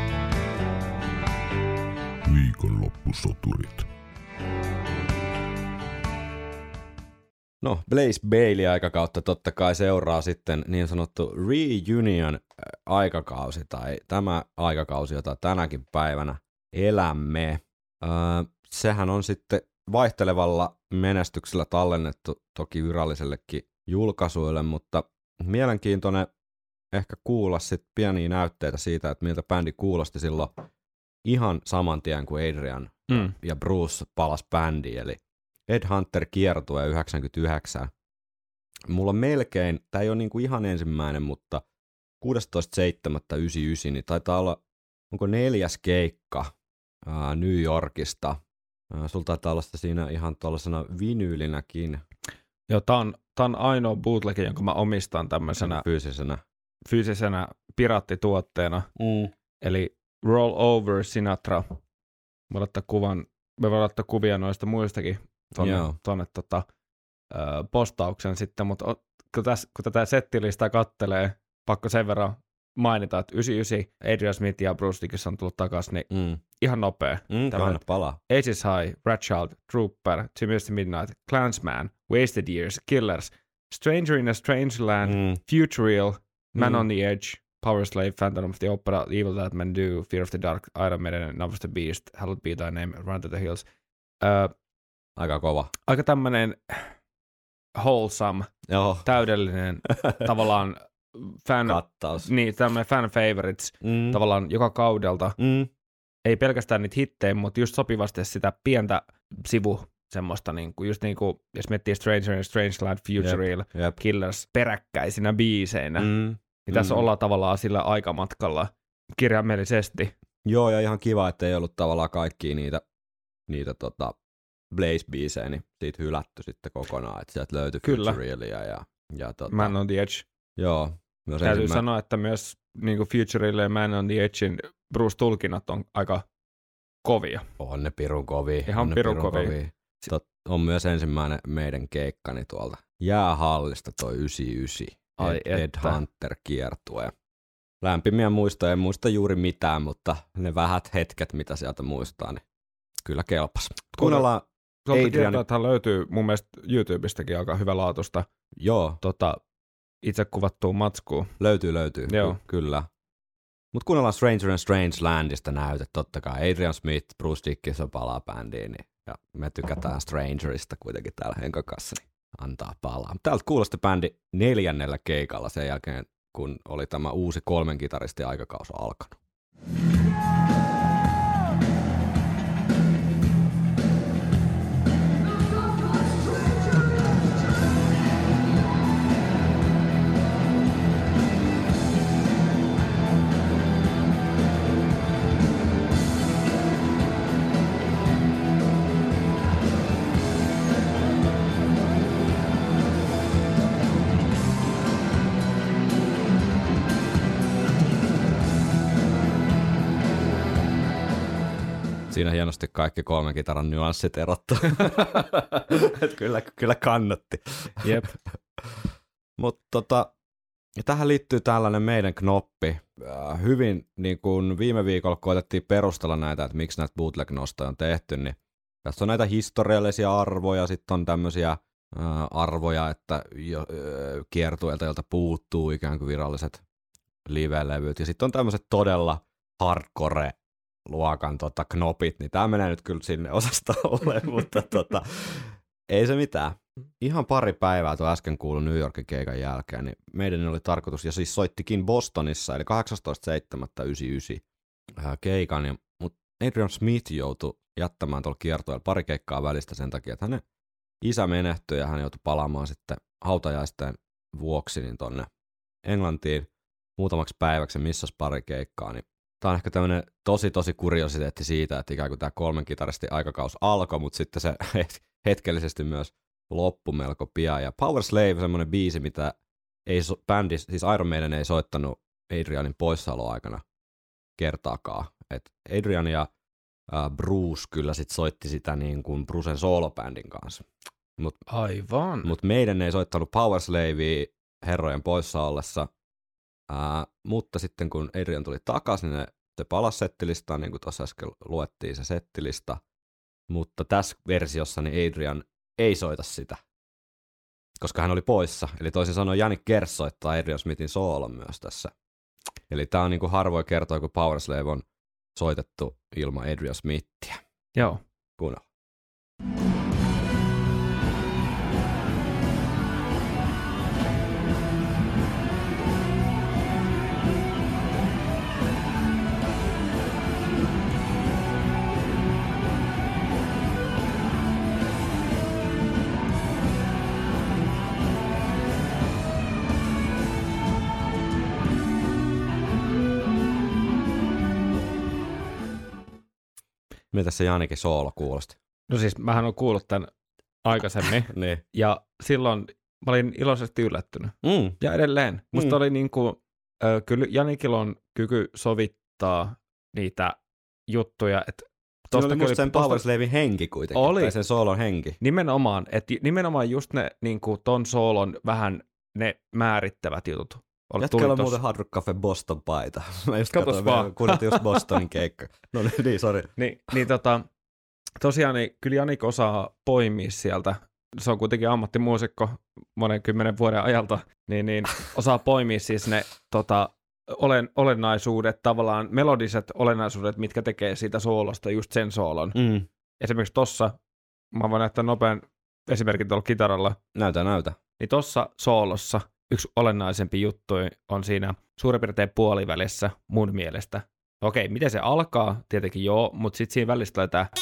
Viikonloppusoturit. No, Blaze Bayley-aikakautta totta kai seuraa sitten niin sanottu reunion-aikakausi, tai tämä aikakausi, jota tänäkin päivänä elämme. Sehän on sitten vaihtelevalla menestyksellä tallennettu toki virallisellekin julkaisuille, mutta mielenkiintoinen ehkä kuulla sitten pieniä näytteitä siitä, että miltä bändi kuulosti silloin ihan saman tien kuin Adrian ja Bruce palas bändiin, eli Ed Hunter kiertue 99. Mulla on melkein, tää ei ole niinku ihan ensimmäinen, mutta 16.7.99, niin taitaa olla, onko 4. keikka New Yorkista. Sulla taitaa olla siinä ihan tuollaisena vinyylinäkin. Joo, tää on ainoa bootleg, jonka mä omistan tämmöisenä fyysisenä piraattituotteena. Eli Roll Over Sinatra. Me voidaan ottaa kuvia noista muistakin tuonne postauksen sitten, mutta kun tätä settilistaa kattelee, pakko sen verran mainita, että 99 Adrian Smith ja Bruce Dickinson on tullut takaisin, niin ihan nopea. Palaa. Ages High, Ratchild, Trooper, To Mr. Midnight, Clansman, Wasted Years, Killers, Stranger in a Strange Land, Futureal, Man on the Edge, Power Slave, Phantom of the Opera, Evil That Men Do, Fear of the Dark, Iron Maiden, Number of the Beast, Hallowed Be Thy Name, Run to the Hills. Aika kova. Aika tämmönen wholesome, täydellinen tavallaan kattaus. Niin, tämmöinen fan favorites tavallaan joka kaudelta. Ei pelkästään niitä hittejä, mutta just sopivasti sitä pientä semmoista, just niin kuin, jos miettii Stranger in Strangeland, Futureal, Killers peräkkäisinä biiseinä, niin tässä ollaan tavallaan sillä aikamatkalla kirjaimellisesti. Joo, ja ihan kiva, että ei ollut tavallaan kaikkia niitä Blaze-biisejä, niin siitä hylätty sitten kokonaan, että sieltä löytyi Futurealia ja Man on the Edge. Joo. Täytyy sanoa, että myös niin kuin Futurealia ja Man on the Edgein Bruce-tulkinnat on aika kovia. On ne pirun kovia. Ihan pirun kovia. On myös ensimmäinen meidän keikkani tuolta jäähallista toi 99. Ed Hunter kiertue. Lämpimiä muistoja, en muista juuri mitään, mutta ne vähät hetket, mitä sieltä muistaa, niin kyllä kelpas. Kuunnellaan Adrian. Hän löytyy mun mielestä YouTubestakin aika hyvälaatuista. Joo. Itse kuvattua matskua. Löytyy. Joo. Kyllä. Mutta kuunnellaan Stranger in Strange Landista näytet, totta kai. Adrian Smith, Bruce Dickinson palaa bändiin, niin, ja me tykätään Strangerista kuitenkin täällä Henkan kanssa, niin antaa palaa. Täältä kuulosti bändi 4. keikalla sen jälkeen, kun oli tämä uusi 3 kitaristin aikakausi alkanut. Siinä hienosti kaikki 3 kitaran nyanssit erottu. kyllä kannatti. Jep. Mutta tähän liittyy tällainen meidän knoppi. Hyvin niin kuin viime viikolla koetettiin perustella näitä, että miksi näitä bootleg-nostoja on tehty, niin tässä on näitä historiallisia arvoja, sitten on tämmöisiä arvoja, että kiertueelta, joilta puuttuu ikään kuin viralliset live-levyt. Ja sitten on tämmöiset todella hardcore-luokan knopit, niin tää menee nyt kyllä sinne osastolle, mutta ei se mitään. Ihan pari päivää tuo äsken kuului New Yorkin keikan jälkeen, niin meidän oli tarkoitus, ja siis soittikin Bostonissa, eli 18.7.99 keikan, mutta Adrian Smith joutui jättämään tuolla kiertueella pari keikkaa välistä sen takia, että hänen isä menehtyi ja hän joutui palaamaan sitten hautajaisten vuoksi niin tonne Englantiin muutamaksi päiväksi, missasi pari keikkaa, niin tämä on ehkä tämmöinen tosi kuriositeetti siitä, että ikään kuin tämä 3 kitaristin aikakaus alkoi, mutta sitten se hetkellisesti myös loppu melko pian. Ja Power Slave, semmoinen biisi, mitä ei bändi, siis Iron Maiden ei soittanut Adrianin poissaoloaikana kertaakaan. Et Adrian ja Bruce kyllä sit soitti sitä niin kuin Brucen soolobändin kanssa. Aivan. Mutta meidän ei soittanut Power Slavea herrojen poissa ollessa. Mutta sitten kun Adrian tuli takaisin, niin se palasi settilistaan, niin kuin tuossa äsken luettiin se settilista. Mutta tässä versiossa niin Adrian ei soita sitä, koska hän oli poissa. Eli toisin sanoen Jannik Gers soittaa Adrian Smithin soolon myös tässä. Eli tämä on niin kuin harvoin kertoa, kun Power Slave on soitettu ilman Adrian Smithia. Joo. Kuunnella. Miltä se Janikin soolo kuulosti? No siis mähän olen kuullut tämän aikaisemmin Niin. ja silloin mä olin iloisesti yllättynyt. Ja edelleen. Musta oli niinku, kyllä Janikilla on kyky sovittaa niitä juttuja. Siinä oli musta sen Power Slaven henki kuitenkin, oli. Tai sen soolon henki. Nimenomaan, että nimenomaan just ne niinku ton soolon vähän ne määrittävät jutut. Jatkalla on muuten Hard Rock Cafe Boston paita. Mä just Katos vaan. Kuunneltiin just Bostonin keikka. No niin, sori. Tosiaan niin kyllä Janik osaa poimia sieltä. Se on kuitenkin ammattimuusikko monen 10 vuoden ajalta, niin osaa poimia siis ne olennaisuudet, tavallaan melodiset olennaisuudet, mitkä tekee siitä soolosta just sen soolon. Esimerkiksi tossa, mä voin näyttää nopean esimerkin tuolla kitaralla. Näytä. Niin tossa soolossa yksi olennaisempi juttu on siinä suurin piirtein puolivälissä mun mielestä. Okei, miten se alkaa? Tietenkin joo, mutta sitten siinä välissä tulee tää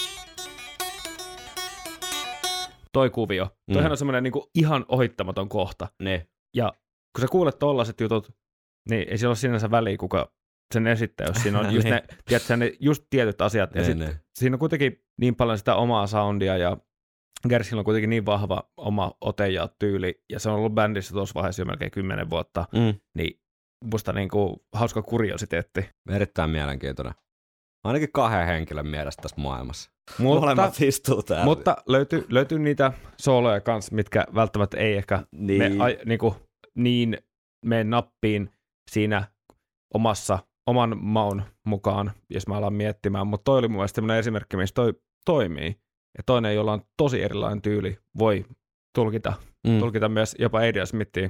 toi kuvio. Toihan on semmoinen niinku ihan ohittamaton kohta. Ne. Ja kun sä kuulet tollaset jutut, niin ei sillä ole sinänsä väliä, kuka sen esittää, jos siinä on just ne, tiedätkö, ne just tietyt asiat. Ja sitten siinä on kuitenkin niin paljon sitä omaa soundia ja Gersillä on kuitenkin niin vahva oma ote ja tyyli, ja se on ollut bändissä tuossa vaiheessa jo melkein 10 vuotta, niin musta niinku hauska kuriositeetti. Erittäin mielenkiintoinen. Ainakin 2 henkilön mielestä tässä maailmassa. Molemmat istuu täällä. Mutta löytyy niitä sooloja kanssa, mitkä välttämättä ei ehkä niin mene nappiin siinä oman maun mukaan, jos mä alan miettimään, mutta toi oli mun mielestä sellainen esimerkki, missä toi toimii. Ja toinen, jolla on tosi erilainen tyyli, voi tulkita myös jopa Adrian Smithia.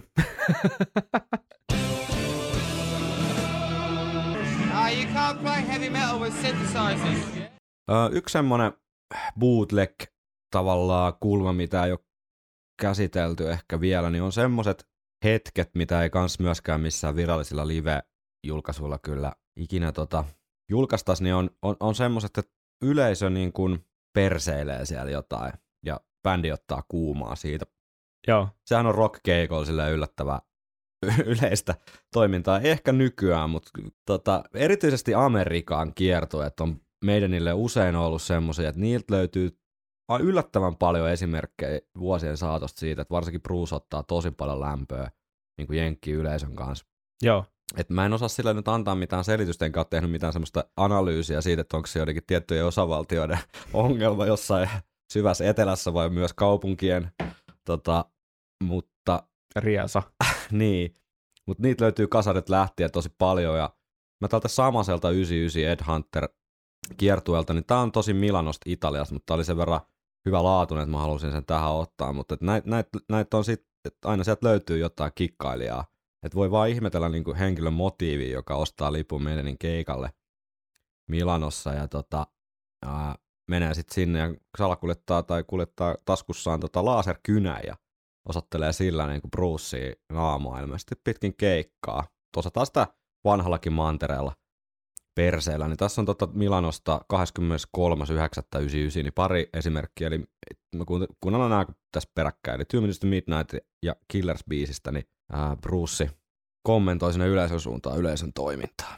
You can't play heavy metal with synthesizers. Yksi semmoinen bootleg tavallaan kulma, mitä ei ole käsitelty ehkä vielä, niin on semmoiset hetket, mitä ei kans myöskään missään virallisilla live-julkaisuilla kyllä ikinä julkaistaisi, niin on semmoiset, että yleisö niin kuin perseilee siellä jotain ja bändi ottaa kuumaa siitä. Joo. Sehän on rock-keikolla silleen yllättävää yleistä toimintaa, ehkä nykyään, mutta erityisesti Amerikan kiertueet on meidänille usein ollut semmoisia, että niiltä löytyy yllättävän paljon esimerkkejä vuosien saatosta siitä, että varsinkin Bruce ottaa tosi paljon lämpöä niin kuin jenkkiyleisön kanssa. Joo. Et mä en osaa sillä nyt antaa mitään selitystä, enkä ole tehnyt mitään semmoista analyysiä siitä, että onko se jotenkin tiettyjen osavaltioiden ongelma jossain syvässä etelässä vai myös kaupunkien, mutta riesa. Niin, mutta niitä löytyy kasarit lähtien tosi paljon, ja mä tältä samaselta 99 Ed Hunter kiertueelta, niin tää on tosi Milanosta Italiasta, mutta tää oli sen verran hyvälaatuinen, että mä halusin sen tähän ottaa, mutta näitä on sitten, että aina sieltä löytyy jotain kikkailijaa, että voi vaan ihmetellä niin kuin henkilön motiivi, joka ostaa lipun meidän keikalle Milanossa ja menee sitten sinne ja salakuljettaa tai kuljettaa taskussaan laserkynää ja osoittelee sillä niin kuin Brucea naamaa ilmeisesti pitkin keikkaa. Tuossa taas sitä vanhallakin mantereella perseellä, niin tässä on Milanosta 23.9.99 niin pari esimerkkiä, eli mä kuunnellaan nämä tässä peräkkäin, eli 2 Minutes to Midnight ja Killers-biisistä, niin Bruce kommentoi sinne yleisön suuntaan yleisön toimintaa.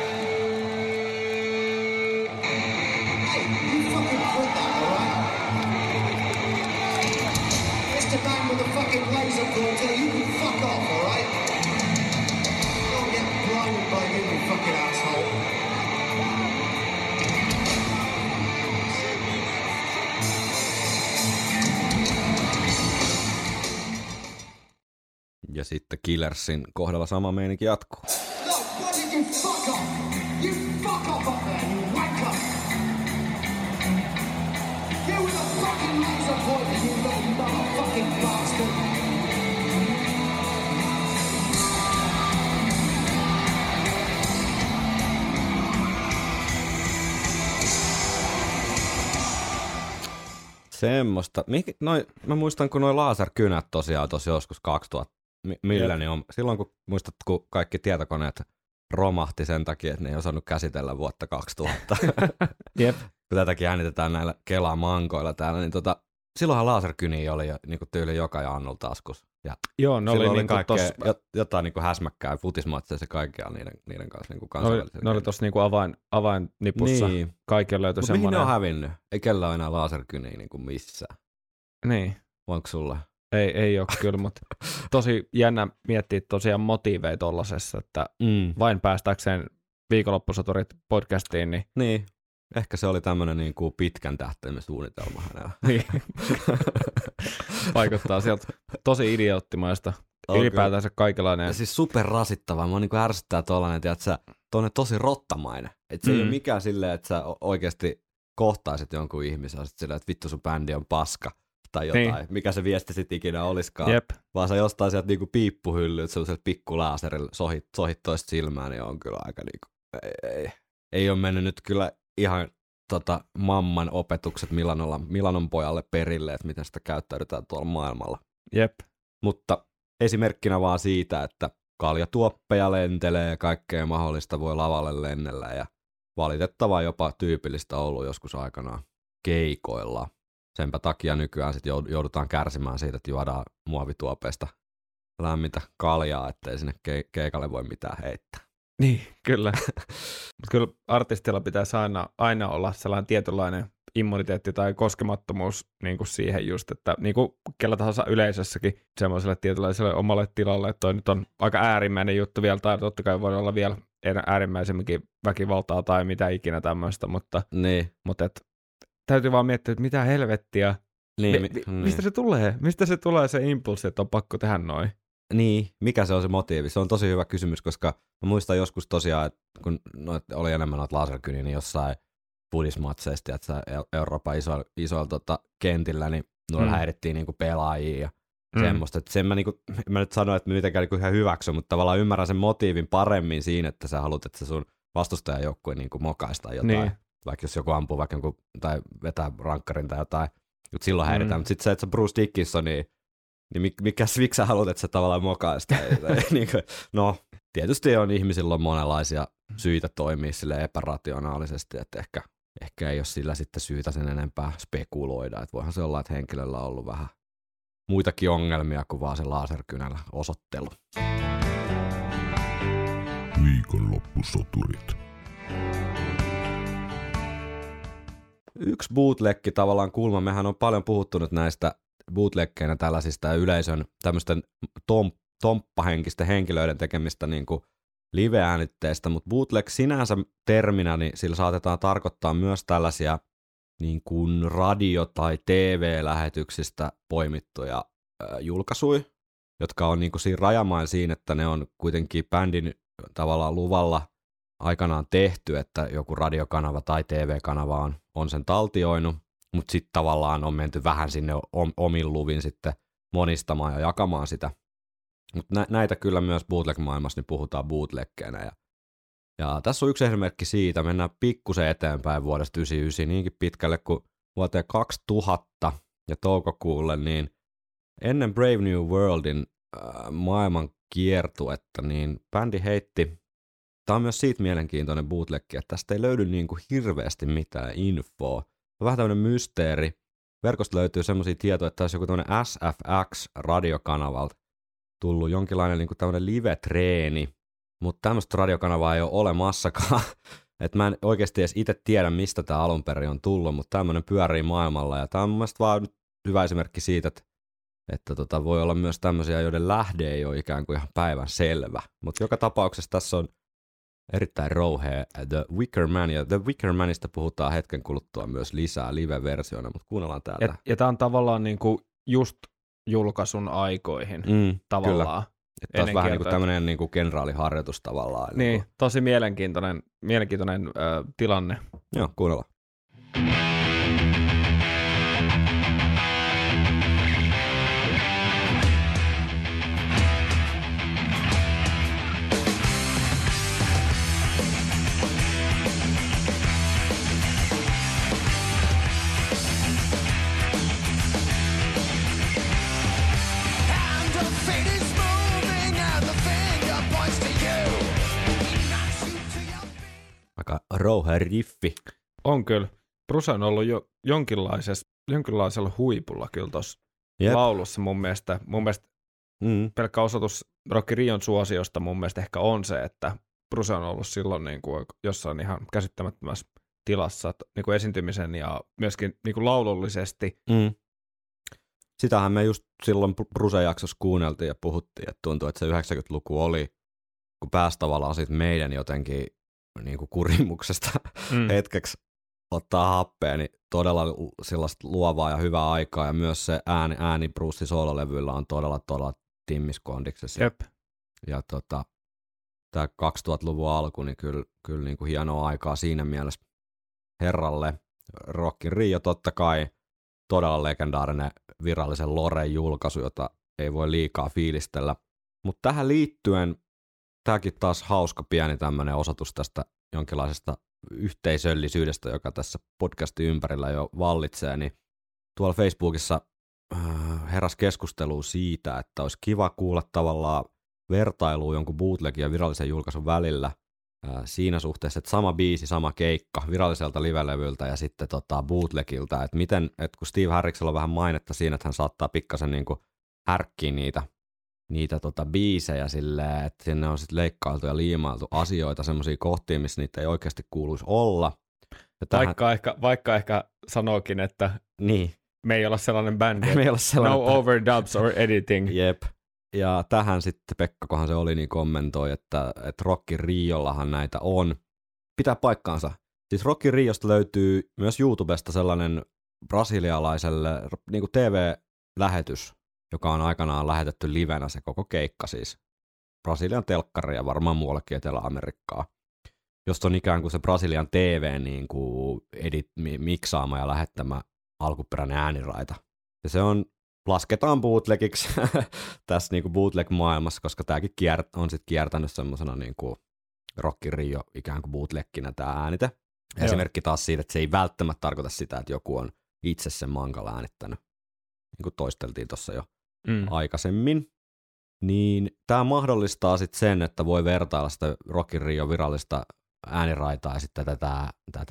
Ja sitten Killersin kohdalla sama meininki jatkuu. Semmoista. Mä muistan, kun noi laserkynät tosiaan tosi joskus 2000. Millennium. Silloin kun muistat, kun kaikki tietokoneet romahti sen takia, että ne ei osannut käsitellä vuotta 2000. Jep. Kun tätäkin äänitetään näillä Kela-mankoilla täällä, niin silloinhan laserkyniä oli jo niin tyyli joka Jannulla taskus. Ja joo, ne oli niinku jotain niinku häsmäkkää futismatseja ja kaikkea niiden kanssa niinku kansainvälisellä. Ne oli tossa niinku avainnipussa. Niin. Kaikilla löytyi semmoinen. Mihin ne on hävinnyt? Ei kellään ole enää laserkyniä niinku missään. Niin. Onko sulla? Ei ole kyllä, mutta tosi jännä miettiä tosiaan motiiveja tollasessa, että vain päästäkseen viikonloppusoturit podcastiin. Niin, ehkä se oli tämmöinen niin kuin pitkän tähtäimen suunnitelma hänellä. Niin. Vaikuttaa sieltä tosi idioottimaista. Ylipäätänsä kaikenlainen. Siis super rasittavaa. Mua niin ärsyttää tollainen, että sä tuonne tosi rottamainen. Että se ei ole mikään silleen, että sä oikeasti kohtaisit jonkun ihmisen silleen, että vittu sun bändi on paska. Tai jotain, niin. Mikä se viesti sitten ikinä olisikaan. Jep. Vaan sä jostain sieltä niinku piippuhyllyt sellaisella pikkulaaserilla sohit toista silmään, niin on kyllä aika niinku, ei ole mennyt nyt kyllä ihan mamman opetukset Milanon pojalle perille, että miten sitä käyttäydytään tuolla maailmalla. Jep. Mutta esimerkkinä vaan siitä, että kaljatuoppeja lentelee ja kaikkea mahdollista voi lavalle lennellä ja valitettavaa jopa tyypillistä ollut joskus aikanaan keikoilla. Senpä takia nykyään sit joudutaan kärsimään siitä, että juodaan muovituopeista lämmintä kaljaa, ettei sinne keikalle voi mitään heittää. Niin, kyllä. Mutta kyllä artistilla pitäisi aina olla sellainen tietynlainen immuniteetti tai koskemattomuus niin kuin siihen just, että niin kuin kellä tahansa yleisössäkin semmoiselle tietynlaiselle omalle tilalle, että toi nyt on aika äärimmäinen juttu vielä, tai totta kai voi olla vielä äärimmäisemminkin väkivaltaa tai mitä ikinä tämmöistä, mutta täytyy vaan miettiä, että mitä helvettiä, mistä se tulee? Mistä se tulee se impulssi, että on pakko tehdä noin? Niin, mikä se on se motiivi? Se on tosi hyvä kysymys, koska mä muistan joskus tosiaan, että kun oli enemmän noita laserkyniä, niin jossain budismatseista, että Euroopan isoilla kentillä, niin nuilla häirittiin niinku pelaajia ja semmoista. Että sen mä nyt sanoin, että mä mitenkään niinku ihan hyväksyn, mutta tavallaan ymmärrän sen motiivin paremmin siinä, että sä haluat, että se sun vastustajan joukkue niinku mokaista jotain. Niin. Vaikka jos joku ampuu vaikka jonkun, tai vetää rankkarin tai jotain, mutta silloin häiritään. Mutta sitten se, että sä Bruce Dickinson, niin miksi sä haluat, että sä tavallaan mokaista? No, tietysti on ihmisillä on monenlaisia syitä toimia sille epärationaalisesti, että ehkä ei ole sillä sitten syytä sen enempää spekuloida. Että voihan se olla, että henkilöllä on ollut vähän muitakin ongelmia kuin vaan se laserkynällä osoittelu. Viikonloppusoturit. Yksi bootlegki tavallaan kulma, mehän on paljon puhuttu nyt näistä bootleggeinä tällaisista yleisön tämmöisten tomppahenkisten henkilöiden tekemistä niin kuin live-äänitteistä, mutta bootleg sinänsä terminä, niin sillä saatetaan tarkoittaa myös tällaisia niin kuin radio- tai TV-lähetyksistä poimittuja julkaisuja, jotka on niin kuin siinä rajamain siinä, että ne on kuitenkin bändin tavallaan luvalla aikanaan tehty, että joku radiokanava tai TV-kanava on sen taltioinut, mutta sitten tavallaan on menty vähän sinne omin luvin sitten monistamaan ja jakamaan sitä. Mutta näitä kyllä myös bootleg-maailmassa niin puhutaan bootleggeinä. Ja tässä on yksi esimerkki siitä, mennään pikkusen eteenpäin vuodesta 1999 niinkin pitkälle kuin vuoteen 2000 ja toukokuulle, niin ennen Brave New Worldin maailman kiertuetta, niin bändi heitti, tämä on myös siitä mielenkiintoinen bootleg, että tästä ei löydy niin kuin hirveästi mitään infoa. Vähän tämmöinen mysteeri. Verkosta löytyy semmoisia tietoja, että olisi joku tämmöinen SFX-radiokanavalta tullut jonkinlainen niin kuin tämmöinen live-treeni, mutta tämmöistä radiokanavaa ei ole olemassakaan. Että mä en oikeasti edes itse tiedä, mistä tämä alun perin on tullut, mutta tämmöinen pyörii maailmalla. Ja tämä on mun mielestä vaan hyvä esimerkki siitä, että voi olla myös tämmöisiä, joiden lähde ei ole ikään kuin ihan päivän selvä. Mutta joka tapauksessa tässä on erittäin rouhea The Wicker Man, ja The Wicker Manista puhutaan hetken kuluttua myös lisää live-versioina, mutta kuunnellaan täältä. Ja tämä on tavallaan niinku just julkaisun aikoihin tavallaan. Taas vähän niin kuin tämmöinen niin kuin kenraaliharjoitus tavallaan. Niin, tosi mielenkiintoinen tilanne. Joo, kuunnellaan. Aika rouhea riffi. On kyllä. Bruce on ollut jo jonkinlaisella huipulla kyllä tuossa laulussa mun mielestä. Pelkkä osoitus Rock in Rion suosiosta mun mielestä ehkä on se, että Bruce on ollut silloin niin kuin jossain ihan käsittämättömässä tilassa niin kuin esiintymisen ja myöskin niin kuin laulullisesti. Sitähän me just silloin Bruce-jaksossa kuunneltiin ja puhuttiin, että tuntuu, että se 90-luku oli, kun pääsi tavallaan siitä meidän jotenkin niin kuin kurimuksesta hetkeksi ottaa happea, niin todella sellaista luovaa ja hyvää aikaa, ja myös se ääni Bruce soololevyllä on todella timmiskondiksessa. Ja tämä 2000-luvun alku, niin kyllä niin kuin hienoa aikaa siinä mielessä herralle. Rock in Rio totta kai todella legendaarinen virallisen Loren julkaisu, jota ei voi liikaa fiilistellä. Mutta tähän liittyen, tämäkin taas hauska pieni tämmöinen osoitus tästä jonkinlaisesta yhteisöllisyydestä, joka tässä podcastin ympärillä jo vallitsee, niin tuolla Facebookissa heräsi keskustelua siitä, että olisi kiva kuulla tavallaan vertailua jonkun bootlegin ja virallisen julkaisun välillä siinä suhteessa, että sama biisi, sama keikka viralliselta livelevyltä ja sitten bootlegiltä, että miten, että kun Steve Harriksella on vähän mainetta siinä, että hän saattaa pikkasen niin kuin härkkiä niitä biisejä silleen, että sinne on sitten leikkailtu ja liimailtu asioita semmoisia kohtia, missä niitä ei oikeasti kuuluisi olla. Vaikka ehkä sanookin, että niin. Me ei olla sellainen bändi. Me ei olla sellainen no overdubs or editing. Jep. Ja tähän sitten Pekka, kohan se oli, niin kommentoi, että Rock in Riollahan näitä on. Pitää paikkaansa. Siis Rock in Riosta löytyy myös YouTubesta sellainen brasilialaiselle niin kuin TV-lähetys, joka on aikanaan lähetetty livenä se koko keikka siis. Brasilian telkkari ja varmaan muuallekin Etelä-Amerikkaa. Josta on ikään kuin se Brasilian TV niin kuin miksaama ja lähettämä alkuperäinen ääniraita. Ja se lasketaan bootlegiksi tässä niin kuin bootleg-maailmassa, koska tämäkin on sitten kiertänyt semmoisena niin kuin Rock in Rio ikään kuin bootlegginä tämä äänite. Esimerkki taas siitä, että se ei välttämättä tarkoita sitä, että joku on itse sen mankalla äänittänyt. Niin kuin toisteltiin tuossa jo aikaisemmin. Niin tämä mahdollistaa sitten sen, että voi vertailla sitä Rock in Rio virallista ääniraitaa ja sitten tätä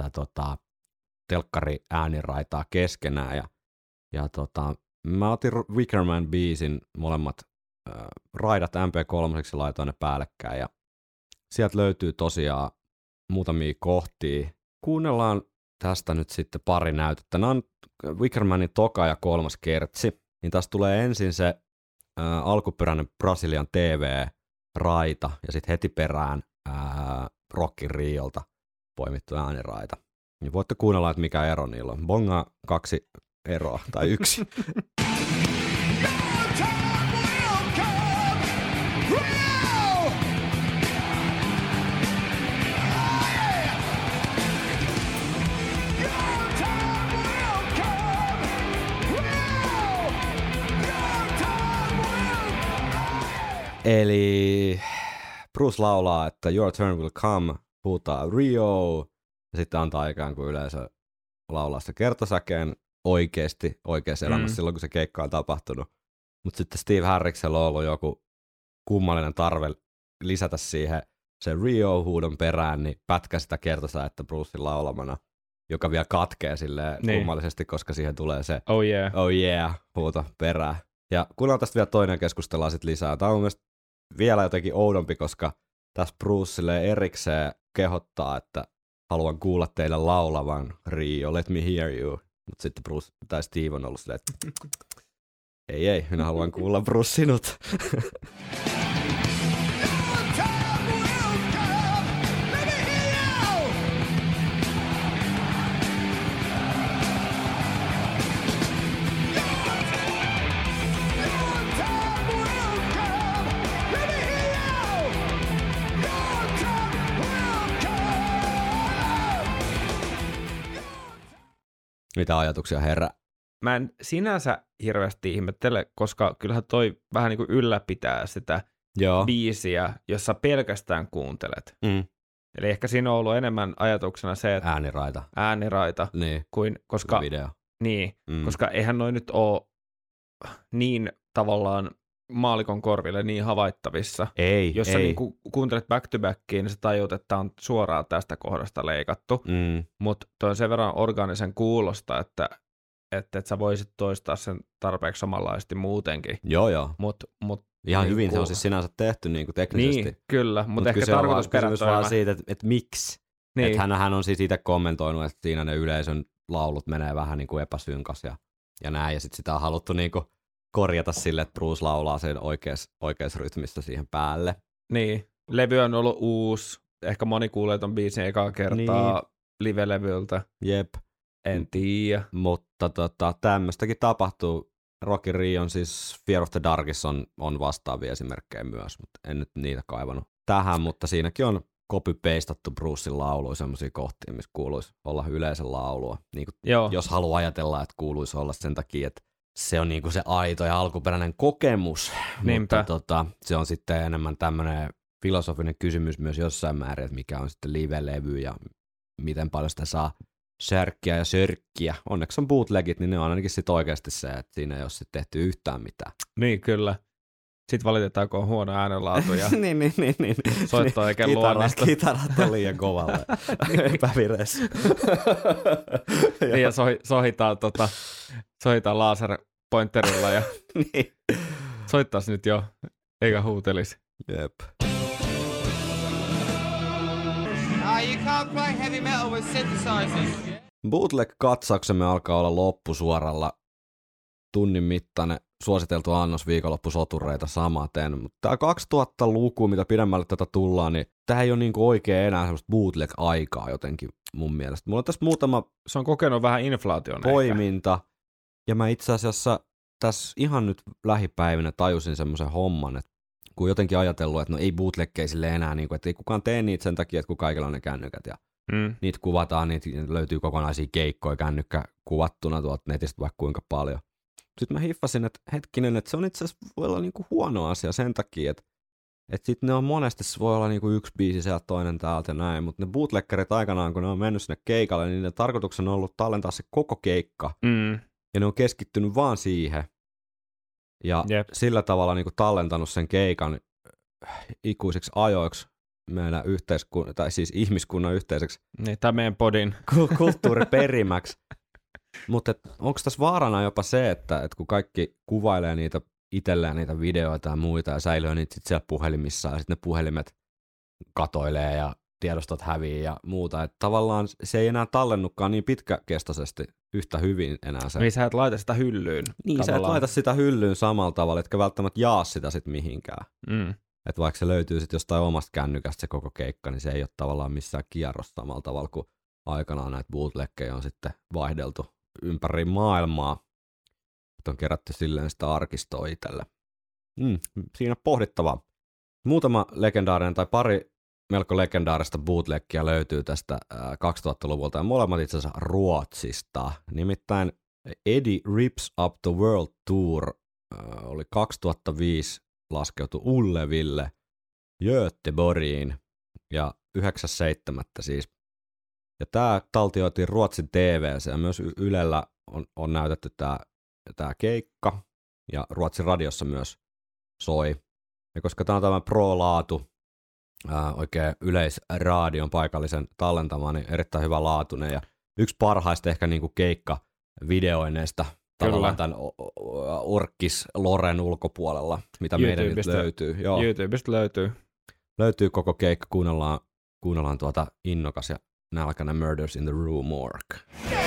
telkkari-ääniraitaa keskenään. Ja mä otin Wickerman biisin molemmat raidat MP3 ja laitoin ne päällekkäin. Ja sieltä löytyy tosiaan muutamia kohtia. Kuunnellaan tästä nyt sitten pari näytettä. Nämä on Wickermanin toka ja 3. kertsi. Niin tässä tulee ensin se alkuperäinen Brasilian TV-raita ja sitten heti perään Rock in Riolta poimittu ääniraita. Niin voitte kuunnella, että mikä ero niillä on. Bonga 2 eroa tai 1. Your time will come. Eli Bruce laulaa, että your turn will come, huutaa Rio, ja sitten antaa ikään kuin yleisö laulaa sitä kertosäkeen oikeassa elämässä silloin, kun se keikka on tapahtunut. Mutta sitten Steve Harriksella on ollut joku kummallinen tarve lisätä siihen se Rio-huudon perään, niin pätkä sitä kertosäettä Brucein laulamana, joka vielä katkee silleen kummallisesti, koska siihen tulee se oh yeah huuto perään. Ja kuunnellaan tästä vielä toinen, keskustellaan sitten lisää. Tämä on mun mielestä vielä jotenkin oudompi, koska tässä Bruce silleen erikseen kehottaa, että haluan kuulla teidän laulavan Rio, let me hear you. Mutta sitten Bruce tai Steve on ollut silleen, että ei, minä haluan kuulla Bruce sinut. Mitä ajatuksia herää? Mä en sinänsä hirveästi ihmettele, koska kyllähän toi vähän niin kuin ylläpitää sitä biisiä, jossa pelkästään kuuntelet. Eli ehkä siinä on ollut enemmän ajatuksena se, että ääniraita niin. kuin, koska, video. Niin, koska eihän noi nyt ole niin tavallaan maalikon korville niin havaittavissa. Jos sä niin kuuntelet back to backiin, niin sä tajut, että on suoraan tästä kohdasta leikattu. Mutta toi on sen verran orgaanisen kuulosta, että sä voisit toistaa sen tarpeeksi samanlaisesti muutenkin. Joo. Mut ihan niin hyvin se on siis sinänsä tehty niin kuin teknisesti. Niin, kyllä, mutta ehkä tarkoitusperät on vaan siitä, että miksi. Niin. Että hän on siis itse kommentoinut, että siinä ne yleisön laulut menee vähän niin kuin epäsynkas ja näin. Ja sitten sitä on haluttu niin kuin korjata sille, että Bruce laulaa sen oikeassa rytmissä siihen päälle. Niin, levy on ollut uusi. Ehkä moni kuulee ton biisin ekaa kertaa live-levyltä. Jep. En tiedä. Mutta tämmöistäkin tapahtuu. Rock in Rion, siis Fear of the Darkissa on vastaavia esimerkkejä myös, mutta en nyt niitä kaivannut tähän, mutta siinäkin on copy-pastattu Brucein lauluja semmoisia kohtia, missä kuuluisi olla yleisen laulua. Niin kuin, jos haluaa ajatella, että kuuluisi olla sen takia, että se on niin kuin se aito ja alkuperäinen kokemus. Niinpä. Mutta se on sitten enemmän tämmöinen filosofinen kysymys myös jossain määrin, että mikä on sitten live-levy ja miten paljon sitä saa särkkiä ja sörkkiä. Onneksi on bootlegit, niin ne on ainakin sitten oikeasti se, että siinä ei ole sitten tehty yhtään mitään. Niin, kyllä. Sitten valitetaan, kun on huono äänenlaatu ja niin. soittaa eikä luonnosta. Kitarat on liian kovalle. Epävireessä. Niin, ja sohitaan laserpointerilla ja niin. soittaisi nyt jo, eikä huutelisi. Jep. You can't play heavy metal with synthesizers. Bootleg-katsauksemme alkaa olla loppusuoralla. Tunnin mittainen suositeltu annos viikonloppusotureita samaten. Mutta tämä 2000-luku, mitä pidemmälle tätä tullaan, niin tämä ei ole niinku oikein enää semmoista bootleg-aikaa jotenkin mun mielestä. Mulla on tässä muutama se on kokenut vähän inflaation poiminta. ehkä. Ja mä itse asiassa tässä ihan nyt lähipäivinä tajusin semmoisen homman, että kun jotenkin ajatellut, että no ei bootleggei sille enää, niin kuin, että ei kukaan tee niitä sen takia, että kun kaikilla on ne kännykät ja niitä kuvataan, niitä löytyy kokonaisia keikkoja kännykkä kuvattuna tuolta netistä vaikka kuinka paljon. Sitten mä hiffasin, että hetkinen, että se on itse asiassa voi olla niinku huono asia sen takia, että sitten ne on monesti, se voi olla niinku yksi biisi sieltä toinen täältä ja näin, mutta ne bootleggerit aikanaan, kun ne on mennyt sinne keikalle, niin ne tarkoituksena on ollut tallentaa se koko keikka ja ne on keskittynyt vaan siihen. Ja sillä tavalla niin kuin tallentanut sen keikan ikuisiksi ajoiksi meidän tai siis ihmiskunnan yhteiseksi niin, tai meidän podin kulttuuriperimäksi. Mutta onko tässä vaarana jopa se, että kun kaikki kuvailee niitä itselleen niitä videoita ja muita ja säilyy niitä sitten siellä puhelimissa ja sitten ne puhelimet katoilee ja tiedostot häviää ja muuta. Että tavallaan se ei enää tallennutkaan niin pitkäkestoisesti yhtä hyvin enää se. Niin sä et laita sitä hyllyyn. Niin tavallaan. Sä et laita sitä hyllyyn samalla tavalla, etkä välttämättä jaa sitä sitten mihinkään. Että vaikka se löytyy sitten jostain omasta kännykästä se koko keikka, niin se ei ole tavallaan missään kierrossa samalla tavalla kuin aikanaan näitä bootleggejä on sitten vaihdeltu ympäri maailmaa. Että on kerätty silleen sitä arkistoa itselle. Siinä pohdittavaa. Muutama legendaarinen tai pari melko legendaarista bootleggia löytyy tästä 2000-luvulta ja molemmat itse asiassa Ruotsista. Nimittäin Eddie Rips Up the World Tour oli 2005 laskeutui Ulleville Göteborgiin ja 9.7. siis. Ja tää taltioitiin Ruotsin TV:ssä ja myös Ylellä on näytetty tää keikka ja Ruotsin radiossa myös soi. Ja koska tää on tämä pro-laatu, oikein yleisradion paikallisen tallentama, niin erittäin hyvä laatuinen ja yksi parhaista ehkä niinku keikkavideoineista tavallaan tämän Orkkis Loren ulkopuolella, mitä meidän nyt löytyy. Joo. YouTubesta löytyy. Löytyy koko keikka, kuunnellaan innokas ja nälkäinen Murders in the Rue Morgue.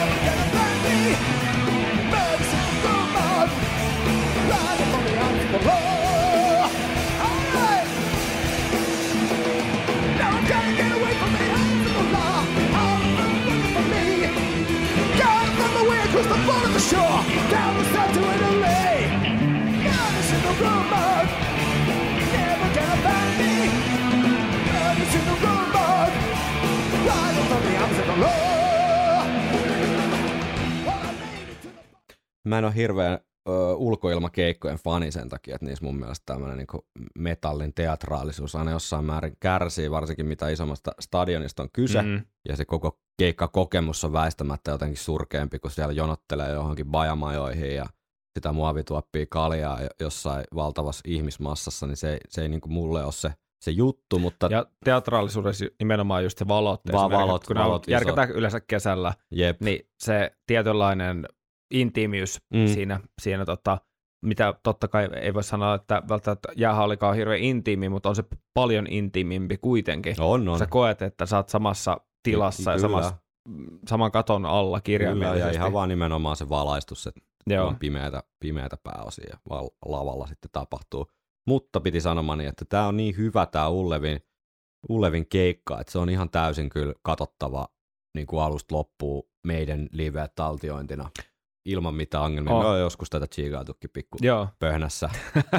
Mä en ole hirveän ulkoilmakeikkojen fani sen takia, että niissä mun mielestä tämmöinen niinku metallin teatraalisuus aina jossain määrin kärsii, varsinkin mitä isommasta stadionista on kyse, ja se koko keikkakokemus on väistämättä jotenkin surkeampi, kun siellä jonottelee johonkin bajamajoihin ja sitä muovituoppia kaljaa jossain valtavassa ihmismassassa, niin se ei niinku mulle ole se juttu, mutta... Ja teatraalisuudessa nimenomaan just se valot. Kun valot järkätään yleensä kesällä, niin se tietynlainen intiimiys siinä mitä totta kai ei voi sanoa, että välttämättä jäähallikaan on hirveän intiimi, mutta on se paljon intiimimpi kuitenkin. On. Sä koet, että sä oot samassa tilassa ja saman katon alla kirjaimellisesti. Kyllä, ja ihan vaan nimenomaan se valaistus, että on pimeätä pääosia ja lavalla sitten tapahtuu. Mutta piti sanomani, että tää on niin hyvä tää Ullevin keikka, että se on ihan täysin kyllä katsottava niin kuin alusta loppuun meidän live-taltiointina. Ilman mitään ongelmia. Me on joskus tätä chiigailtukin pikku pöhnässä.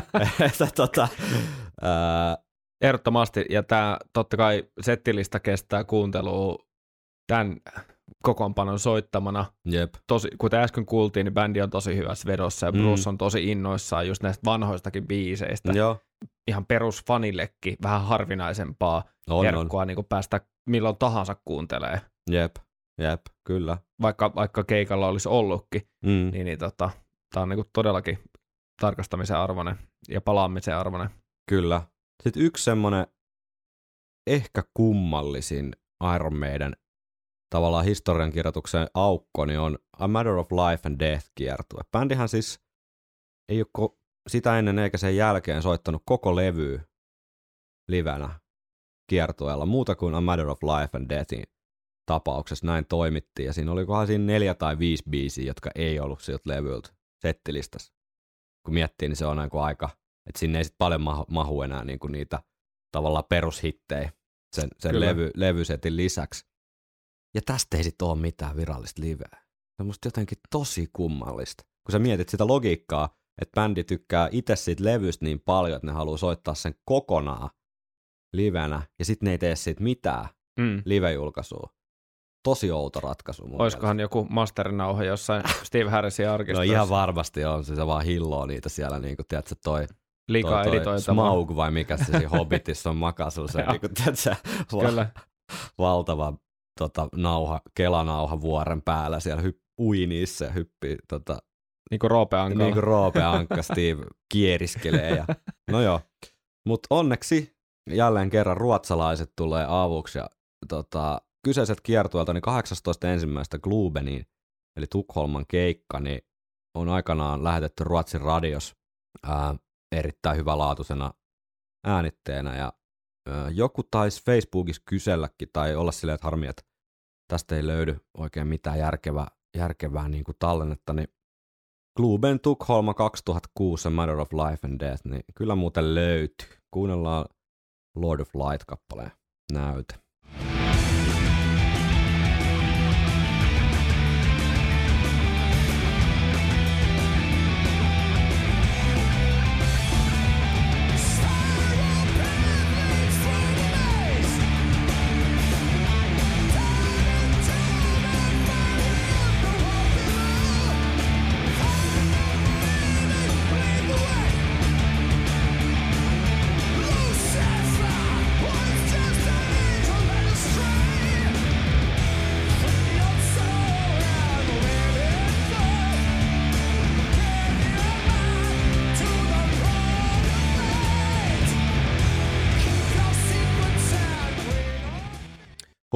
Ehdottomasti, ja tämä totta kai settilista kestää kuuntelua tämän kokoonpanon soittamana. Jep. Kuten äsken kuultiin, niin bändi on tosi hyvässä vedossa, ja Bruce on tosi innoissaan just näistä vanhoistakin biiseistä. Ihan perusfanillekin vähän harvinaisempaa herkkua niin päästä milloin tahansa kuuntelee. Jep, kyllä. Vaikka keikalla olisi ollutkin, niin tämä on niin todellakin tarkastamisen arvoinen ja palaamisen arvoinen. Kyllä. Sitten yksi semmoinen ehkä kummallisin Iron Maiden tavallaan historiankirjoituksen aukko, niin on A Matter of Life and Death -kiertue. Bändihän siis ei ole sitä ennen eikä sen jälkeen soittanut koko levyä livenä kiertueella, muuta kuin A Matter of Life and Deathin tapauksessa näin toimittiin, ja siinä olikohan siinä 4 tai 5 biisiä, jotka ei ollut siltä levyltä settilistassa. Kun miettii, niin se on aika, että sinne ei sit paljon mahu enää niinku niitä tavallaan perushittejä sen levysetin lisäksi. Ja tästä ei sit ole mitään virallista liveä. Se on musta jotenkin tosi kummallista. Kun sä mietit sitä logiikkaa, että bändi tykkää itse siitä levystä niin paljon, että ne haluaa soittaa sen kokonaan livenä, ja sitten ne ei tee siitä mitään live-julkaisua. Tosi outo ratkaisu. Olisikohan joku masterinauha jossain Steve Harrisin arkistossa? No ihan varmasti on, se vaan hilloo niitä siellä, niin kuin tiedätkö, toi Smaug vai mikä se siinä Hobbitissa on makasu, se niin kuin, tiedätkö, valtava kelanauha vuoren päällä siellä ui niissä ja hyppii niin kuin Roope Ankka Steve kieriskelee. Ja, no joo, mutta onneksi jälleen kerran ruotsalaiset tulee avuksi ja kyseiset kiertueelta niin 18.1. Glubeniin, eli Tukholman keikka, niin on aikanaan lähetetty Ruotsin radios erittäin hyvälaatuisena äänitteenä, ja joku taisi Facebookissa kyselläkin, tai olla silleen, että harmi, että tästä ei löydy oikein mitään järkevää niin kuin tallennetta, niin Globen Tukholma 2006, A Matter of Life and Death, niin kyllä muuten löytyy. Kuunnellaan Lord of Light-kappaleen näyte.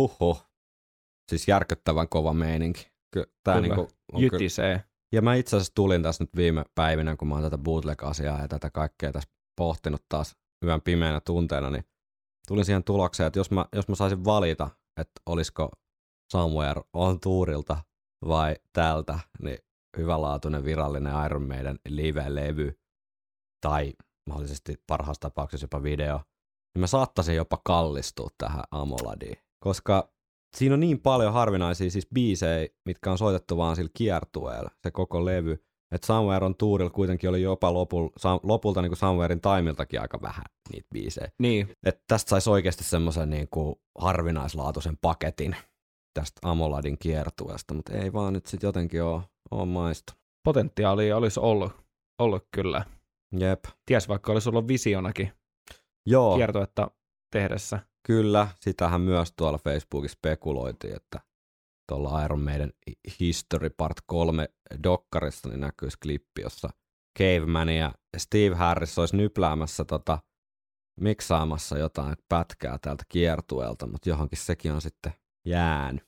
Huhhuh. Siis järkyttävän kova meininki. Tää niinku on jytisee. Ja mä itse asiassa tulin tässä nyt viime päivinä, kun mä oon tätä bootleg-asiaa ja tätä kaikkea tässä pohtinut taas yön pimeänä tunteena, niin tulin siihen tulokseen, että jos mä saisin valita, että olisiko Somewhere on Tourilta vai tältä, niin hyvälaatuinen virallinen Iron Maiden live-levy tai mahdollisesti parhaassa tapauksessa jopa video, niin mä saattaisin jopa kallistua tähän Amoladiin, koska siinä on niin paljon harvinaisia siis biisejä, mitkä on soitettu vaan sillä kiertueella, se koko levy, että Somewhere on Tourilla kuitenkin oli jopa lopulta niin kuin Somewherein Timeiltakin aika vähän niitä biisejä. Niin. Että tästä saisi oikeasti semmoisen niin kuin harvinaislaatuisen paketin tästä Amoladin kiertueesta, mutta ei vaan nyt sitten jotenkin ole maistu. Potentiaalia olisi ollut kyllä. Jep. Ties vaikka olisi ollut visionakin Joo. kiertuetta tehdessä. Kyllä, sitähän myös tuolla Facebookissa spekuloitiin, että tuolla Iron Maiden History Part 3 dokkarissa niin näkyisi klippi, jossa Caveman ja Steve Harris olisi nypläämässä miksaamassa jotain pätkää täältä kiertueelta, mutta johonkin sekin on sitten jäänyt.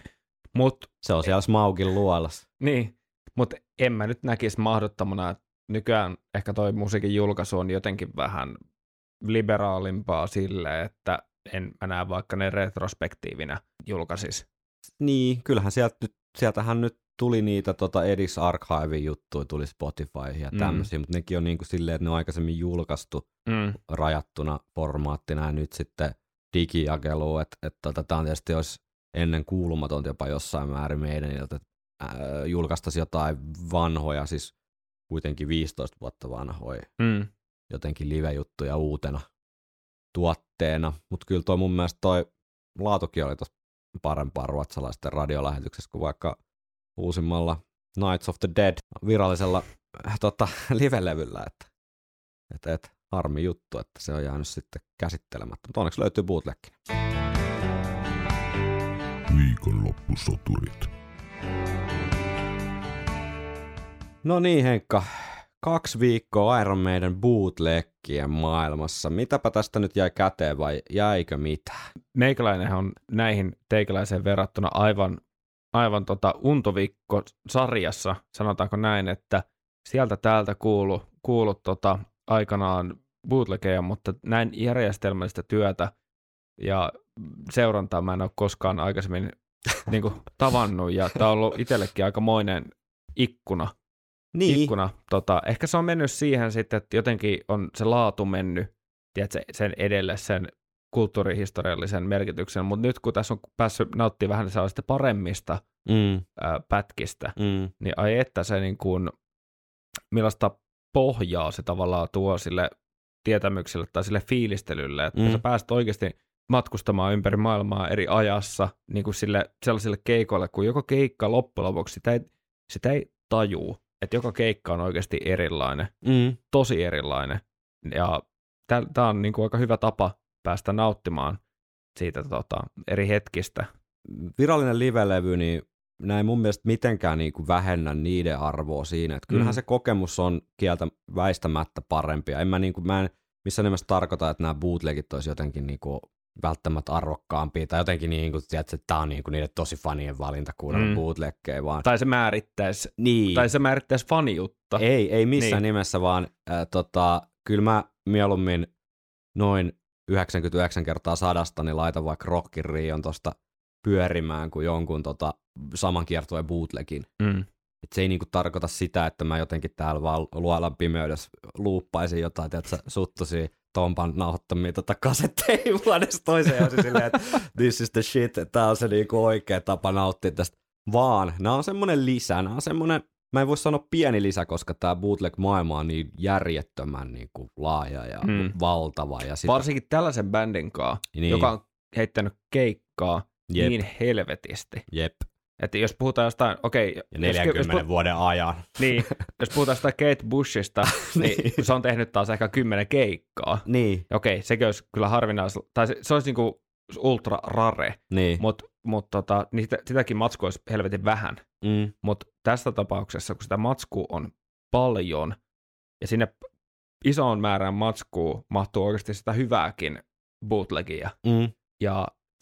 Se on siellä Smaugin luolassa. Niin, mutta en mä nyt näkisi mahdottomana, että nykyään ehkä toi musiikin julkaisu on jotenkin vähän liberaalimpaa silleen, että en mä näe vaikka ne retrospektiivinä julkaisis. Niin, kyllähän sieltähän nyt tuli niitä Edis Archive juttuja, tuli Spotify ja tämmöisiä, mutta nekin on niinku silleen, että ne on aikaisemmin julkaistu rajattuna formaattina ja nyt sitten digijakelu, että tämä on tietysti olisi ennen kuulumatonta jopa jossain määrin meidän, että julkaistaisi jotain vanhoja, siis kuitenkin 15 vuotta vanhoja, jotenkin live-juttuja uutena tuotteena, mutta kyllä toi mun mielestä toi laatukin oli tossa parempaa ruotsalaisten radiolähetyksessä kuin vaikka uusimmalla Nights of the Dead virallisella live-levyllä, että harmi juttu, että se on jäänyt sitten käsittelemättä, mutta onneksi löytyy bootlegkin. Viikonloppusoturit. No niin Henkka, 2 viikkoa Iron Maiden bootleggien maailmassa. Mitäpä tästä nyt jäi käteen vai jäikö mitään? Meikäläinen on näihin teikäläiseen verrattuna aivan untoviikko-sarjassa, sanotaanko näin, että sieltä täältä kuulu aikanaan bootlegeja, mutta näin järjestelmällistä työtä ja seurantaa mä en ole koskaan aikaisemmin niin kuin tavannut, ja tämä on ollut itsellekin aikamoinen ikkuna. Niin. Ehkä se on mennyt siihen sitten, että jotenkin on se laatu mennyt, tiedätkö, sen edelle sen kulttuurihistoriallisen merkityksen, mutta nyt kun tässä on päässyt nauttimaan vähän sellaista paremmista pätkistä, niin ai että se niin kuin, millaista pohjaa se tavallaan tuo sille tietämykselle tai sille fiilistelylle, että sä pääset oikeasti matkustamaan ympäri maailmaa eri ajassa niin kuin sellaisille keikoille, kun joka keikka loppujen lopuksi sitä ei tajuu, että joka keikka on oikeasti erilainen, tosi erilainen, ja tämä on niin kuin aika hyvä tapa päästä nauttimaan siitä eri hetkistä. Virallinen live-levy, niin näin mun mielestä mitenkään niin kuin vähennä niiden arvoa siinä, että kyllähän se kokemus on kieltä väistämättä parempi, ja mä en missään nimessä tarkoita, että nämä bootlegit olisi jotenkin niin kuin välttämättä arvokkaampia, tai jotenkin niin kuin, että tämä on niin kuin niiden tosi fanien valinta kuunnella bootleggejä, vaan tai se määrittäisi faniutta. Ei missään nimessä, vaan kyllä mä mieluummin noin 99 kertaa 100 niin laitan vaikka Rock in Rion tosta pyörimään kuin jonkun saman kiertueen bootlegin. Et se ei niinku tarkoita sitä, että mä jotenkin täällä vaan luolan pimeydessä luuppaisin jotain, tiedätkö, suttusia Tompan nauhoittamia kasetteja vuodesta toiseen, ja silleen, että this is the shit, tää on se niinku oikea tapa nauttia tästä. Vaan nämä on semmoinen lisä, nämä on semmoinen, mä en voi sanoa pieni lisä, koska tää bootleg-maailma on niin järjettömän niinku laaja ja valtava. Ja varsinkin tällaisen bändin kanssa, joka on heittänyt keikkaa niin helvetisti. Jep. Että jos puhutaan jostain, ja 40 vuoden ajan. Niin, jos puhutaan jostain Kate Bushista, niin se on tehnyt taas ehkä 10 keikkaa. Niin. Sekin olisi kyllä harvinaisella, tai se olisi niinku ultra rare, niin. mutta sitäkin matskua olisi helvetin vähän. Mutta tässä tapauksessa, kun sitä matskua on paljon, ja sinne isoon määrään matskua mahtuu oikeasti sitä hyvääkin bootlegia, ja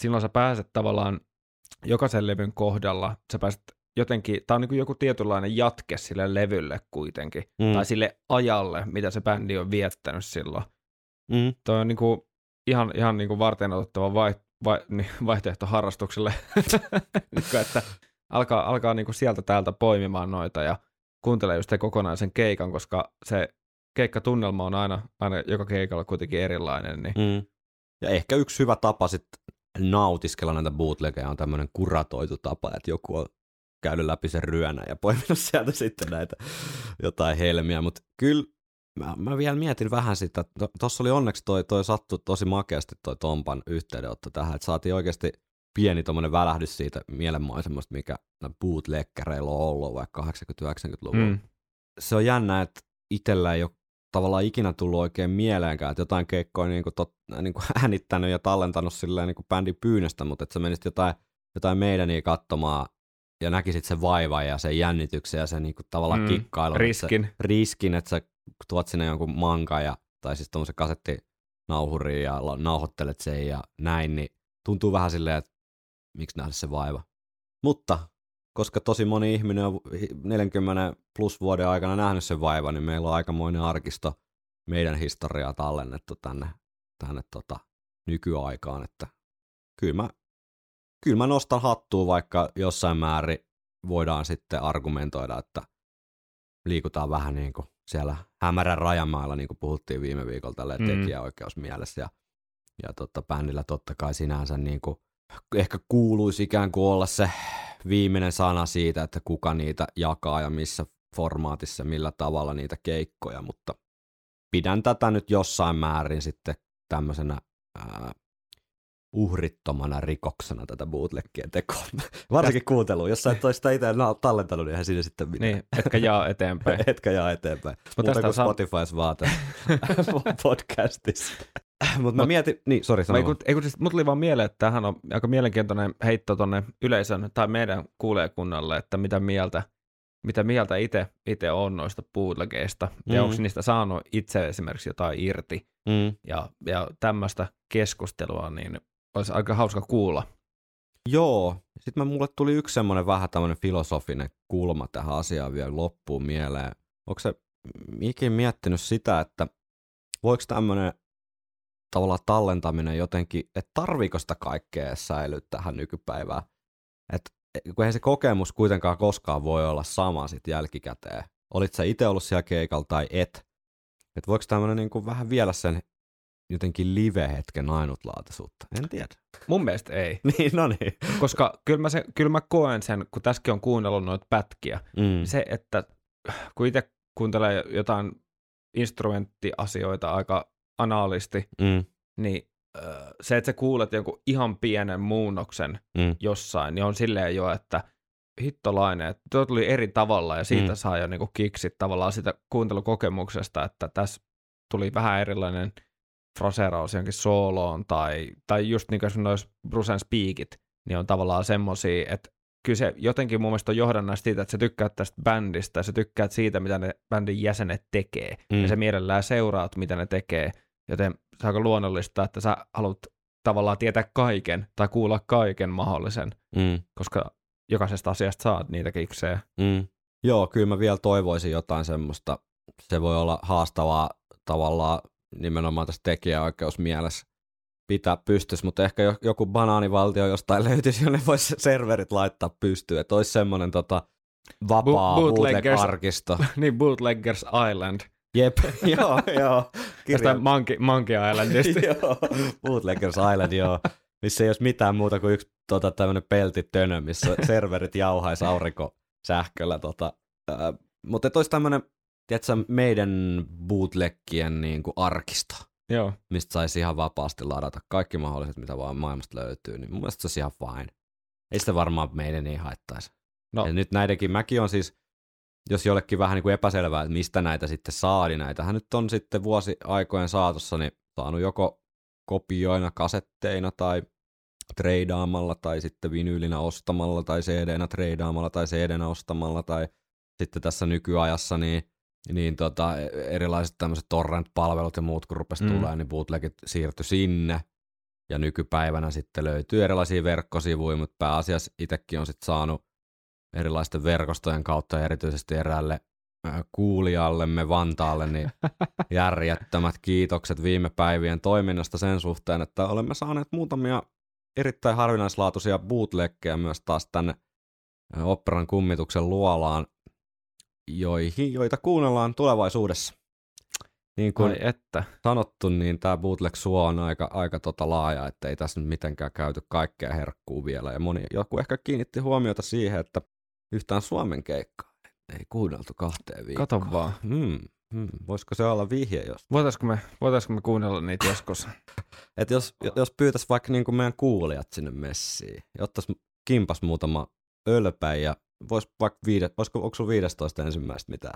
silloin sä pääset tavallaan jokaisen levyn kohdalla, sä pääset jotenkin, tää on niin kuin joku tietynlainen jatke sille levylle kuitenkin, tai sille ajalle, mitä se bändi on viettänyt silloin. Toi on niin kuin ihan niin kuin varteenotettava vaihtoehto harrastukselle, että alkaa niin kuin sieltä täältä poimimaan noita ja kuuntelee just kokonaisen keikan, koska se keikkatunnelma on aina joka keikalla kuitenkin erilainen. Niin. Ja ehkä yksi hyvä tapa sitten nautiskella näitä bootlegeja on tämmöinen kuratoitu tapa, että joku on käynyt läpi sen ryönä ja poiminut sieltä sitten näitä jotain helmiä, mutta kyllä mä vielä mietin vähän sitä, että tuossa oli onneksi toi sattui tosi makeasti toi Tompan yhteydenotto tähän, että saatiin oikeasti pieni tommonen välähdys siitä mielenmaisemasta, mikä bootleggereilla on ollut vaikka 80-90-luvulla. Se on jännä, että itsellä ei ole tavallaan ikinä tullut oikein mieleenkään, että jotain keikkoa niin kuin äänittänyt ja tallentanut silleen niin kuin bändin pyynnöstä, mutta että sä menisit jotain meidäniä katsomaan ja näkisit sen vaivan ja sen jännityksen ja sen niin kuin tavallaan kikkailun. Riskin, että sä tuot sinne jonkun mankan tai siis tommosen kasettinauhuriin ja nauhoittelet sen ja näin, niin tuntuu vähän silleen, että miksi nähdä se vaiva. Mutta koska tosi moni ihminen on 40 plus vuoden aikana nähnyt sen vaivan, niin meillä on aikamoinen arkisto meidän historiaa tallennettu tänne nykyaikaan, että kyllä mä nostan hattua, vaikka jossain määrin voidaan sitten argumentoida, että liikutaan vähän niin kuin siellä hämärän rajamailla, niin kuin puhuttiin viime viikolla tälleen tekijäoikeusmielessä ja bändillä totta kai sinänsä niin kuin ehkä kuuluisi ikään kuin olla se viimeinen sana siitä, että kuka niitä jakaa ja missä formaatissa, millä tavalla niitä keikkoja, mutta pidän tätä nyt jossain määrin sitten tämmöisenä uhrittomana rikoksena tätä bootleggien tekoa. Varsinkin kuunteluun, jos sä et ole sitä itse tallentanut, niin eihän siinä sitten mitään. Niin, etkä jaa eteenpäin. Muuta kuin Spotifys vaate podcastissa. Mutta mä mietin, niin sori sanomaan. Mut tuli vaan mieleen, että tämähän on aika mielenkiintoinen heitto tonne yleisön tai meidän kuulijakunnalle, että mitä mieltä itse on noista bootlegeista ja onko niistä saanut itse esimerkiksi jotain irti ja tämmöistä keskustelua, niin olisi aika hauska kuulla. Joo, sitten mulle tuli yksi semmoinen vähän tämmöinen filosofinen kulma tähän asiaan vielä loppuun mieleen. Onko se ikinä miettinyt sitä, että voiko tämmöinen tavallaan tallentaminen jotenkin, että tarviiko sitä kaikkea säilyä tähän nykypäivään? Että kun eihän se kokemus kuitenkaan koskaan voi olla sama sitten jälkikäteen. Olit sä itse ollut siellä keikalla tai et? Että voiko tämmöinen niin kuin vähän vielä sen jotenkin live-hetken ainutlaatuisuutta? En tiedä. Mun mielestä ei. Niin, no niin. Koska kyllä mä koen sen, kun tässäkin on kuunnellut noita pätkiä, se, että kun itse kuuntelee jotain instrumenttiasioita aika anaalisti, niin se, että sä kuulet jonkun ihan pienen muunnoksen jossain, niin on silleen jo, että hittolainen, että tuo tuli eri tavalla ja siitä saa jo niinku kiksit tavallaan sitä kuuntelukokemuksesta, että tässä tuli vähän erilainen fraseraus jonkin sooloon tai just niin kuin noissa Brucen speakit, niin on tavallaan semmosia, että kyllä se jotenkin mun mielestä on johdannaista siitä, että sä tykkäät tästä bändistä ja sä tykkäät siitä, mitä ne bändin jäsenet tekee ja sä mielellään seuraat, mitä ne tekee, joten se on aika luonnollista, että sä haluat tavallaan tietää kaiken tai kuulla kaiken mahdollisen, koska jokaisesta asiasta saat niitä kiksejä. Joo, kyllä mä vielä toivoisin jotain semmoista. Se voi olla haastavaa tavallaan nimenomaan tässä tekijäoikeusmielessä pitää pystyssä, mutta ehkä joku banaanivaltio jostain löytyisi, jonne voisi serverit laittaa pystyyn, että olisi semmoinen vapaa bootleg-arkisto. Niin, Bootleggers Island. Jep, joo. Tästä Monkey Islandista. Joo, Bootleggers Island, joo. Missä ei olisi mitään muuta kuin yksi tämmöinen peltitönö, missä serverit jauhaisi aurinkosähköllä. Mutta olisi tämmöinen, tiedätkö, meidän bootleggien niin kuin arkisto, joo, mistä saisi ihan vapaasti ladata kaikki mahdolliset, mitä vaan maailmasta löytyy. Niin mun mielestä se olisi ihan fine. Ei sitä varmaan meidän ei haittaisi. No. Ja nyt näidenkin, mäkin on siis, jos jollekin vähän niin kuin epäselvää, että mistä näitä sitten saa, niin näitähän nyt on sitten vuosiaikojen saatossa niin saanut joko kopioina, kasetteina tai treidaamalla tai sitten vinyylinä ostamalla tai CD-nä treidaamalla tai CD-nä ostamalla tai sitten tässä nykyajassa niin erilaiset tämmöiset torrent-palvelut ja muut kun rupesi tulee, niin bootlegit siirtyi sinne. Ja nykypäivänä sitten löytyy erilaisia verkkosivuja, mutta pääasiassa itsekin on sitten saanut erilaisten verkostojen kautta erityisesti eräälle kuulijallemme Vantaalle niin järjettömät kiitokset viime päivien toiminnasta sen suhteen, että olemme saaneet muutamia erittäin harvinaislaatuisia bootleggejä myös taas tänne Oopperan kummituksen luolaan, joita kuunnellaan tulevaisuudessa. Niin kuin sanottu, niin tämä bootleg-suo on aika laaja, että ei tässä nyt mitenkään käyty kaikkea herkkuu vielä. Ja joku ehkä kiinnitti huomiota siihen, että yhtään Suomen keikkaa ei kuunneltu 2 viikkoon. Kato vaan. Voisiko se olla vihje? Voitaisko me kuunnella niitä joskus? Et jos pyytäisi vaikka niin kuin meidän kuulijat sinne messiin, ja ottaisi kimpas muutama ölpäin, ja vois vaikka onko sulla 15 ensimmäistä mitään?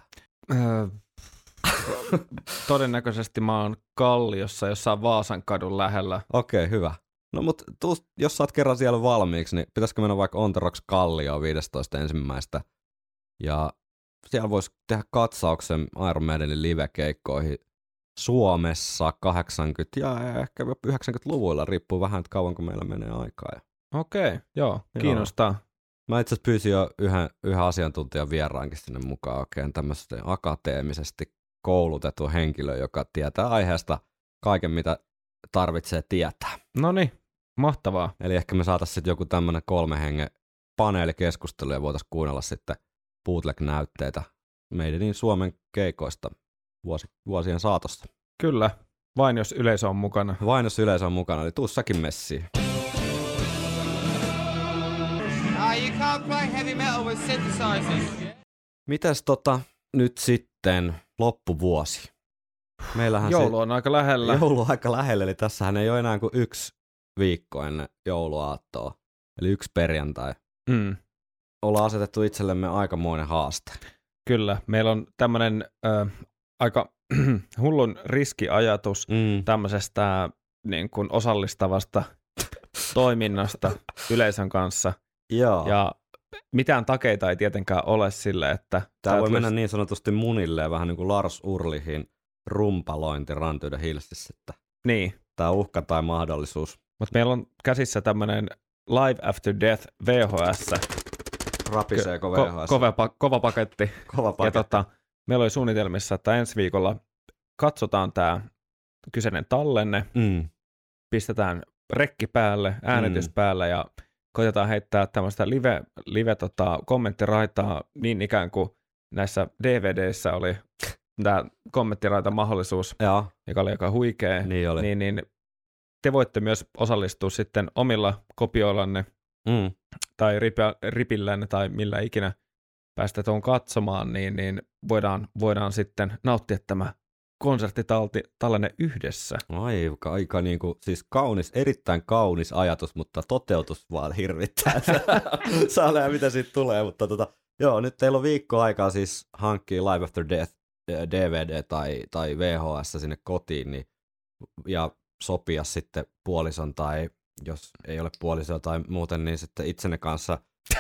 Todennäköisesti mä oon Kalliossa jossain Vaasan kadun lähellä. Okei, hyvä. No mut jos sä oot kerran siellä valmiiksi, niin pitäisikö mennä vaikka On The Rocks Kallioon 15 ensimmäistä. Ja siellä voisi tehdä katsauksen Iron Maidenin live-keikkoihin Suomessa 80- ja ehkä 90-luvuilla, riippuu vähän, että kauanko meillä menee aikaa. Okei, joo, kiinnostaa. Mä itse asiassa pyysin jo yhden asiantuntijan vieraankin sinne mukaan oikein tämmöisesti akateemisesti koulutettu henkilö, joka tietää aiheesta kaiken, mitä tarvitsee tietää. Noniin, mahtavaa. Eli ehkä me saataisiin sitten joku tämmöinen 3 hengen paneelikeskustelu ja voitaisiin kuunnella sitten bootleg-näytteitä meidän niin Suomen keikoista vuosien saatossa. Kyllä, vain jos yleisö on mukana. Vain jos yleisö on mukana, eli tuu säkin messiin. You can't play heavy metal with synthesizers. Mites nyt sitten loppuvuosi? Meillähän joulu on aika lähellä. Joulu on aika lähellä, eli tässähän ei ole enää kuin 1 viikko ennen jouluaattoa, eli 1 perjantai. Ollaan asetettu itsellemme aikamoinen haaste. Kyllä, meillä on tämmöinen aika hullun riskiajatus tämmöisestä niin kuin osallistavasta toiminnasta yleisön kanssa. Joo. Ja mitään takeita ei tietenkään ole sille, että... Tämä voi mennä niin sanotusti munilleen, vähän niin kuin Lars Ulrichin rumpalointi Run to the Hillsissä. Niin. Tämä uhka tai mahdollisuus. Mutta meillä on käsissä tämmöinen Live After Death VHS. Rapiseeko VHS? Kova paketti. Kova paketti. Ja meillä oli suunnitelmissa, että ensi viikolla katsotaan tämä kyseinen tallenne, pistetään rekki päälle, äänitys päälle ja koitetaan heittää tämmöistä live kommenttiraitaa niin ikään kuin näissä DVDissä oli tämä kommenttiraita mahdollisuus, joka oli aika huikea. Niin oli. Niin te voitte myös osallistua sitten omilla kopioillanne tai ripillänne tai millä ikinä päästä tuon katsomaan, niin voidaan sitten nauttia tämä konserttitallenne yhdessä. Aika niin kuin, siis erittäin kaunis ajatus, mutta toteutus vaan hirvittää. Saa nähdä, mitä siitä tulee, mutta joo, nyt teillä on viikko aikaa siis hankkia Live After Death DVD tai VHS sinne kotiin, niin, ja sopia sitten puolison tai jos ei ole puolisoa tai muuten, niin sitten itsenne kanssa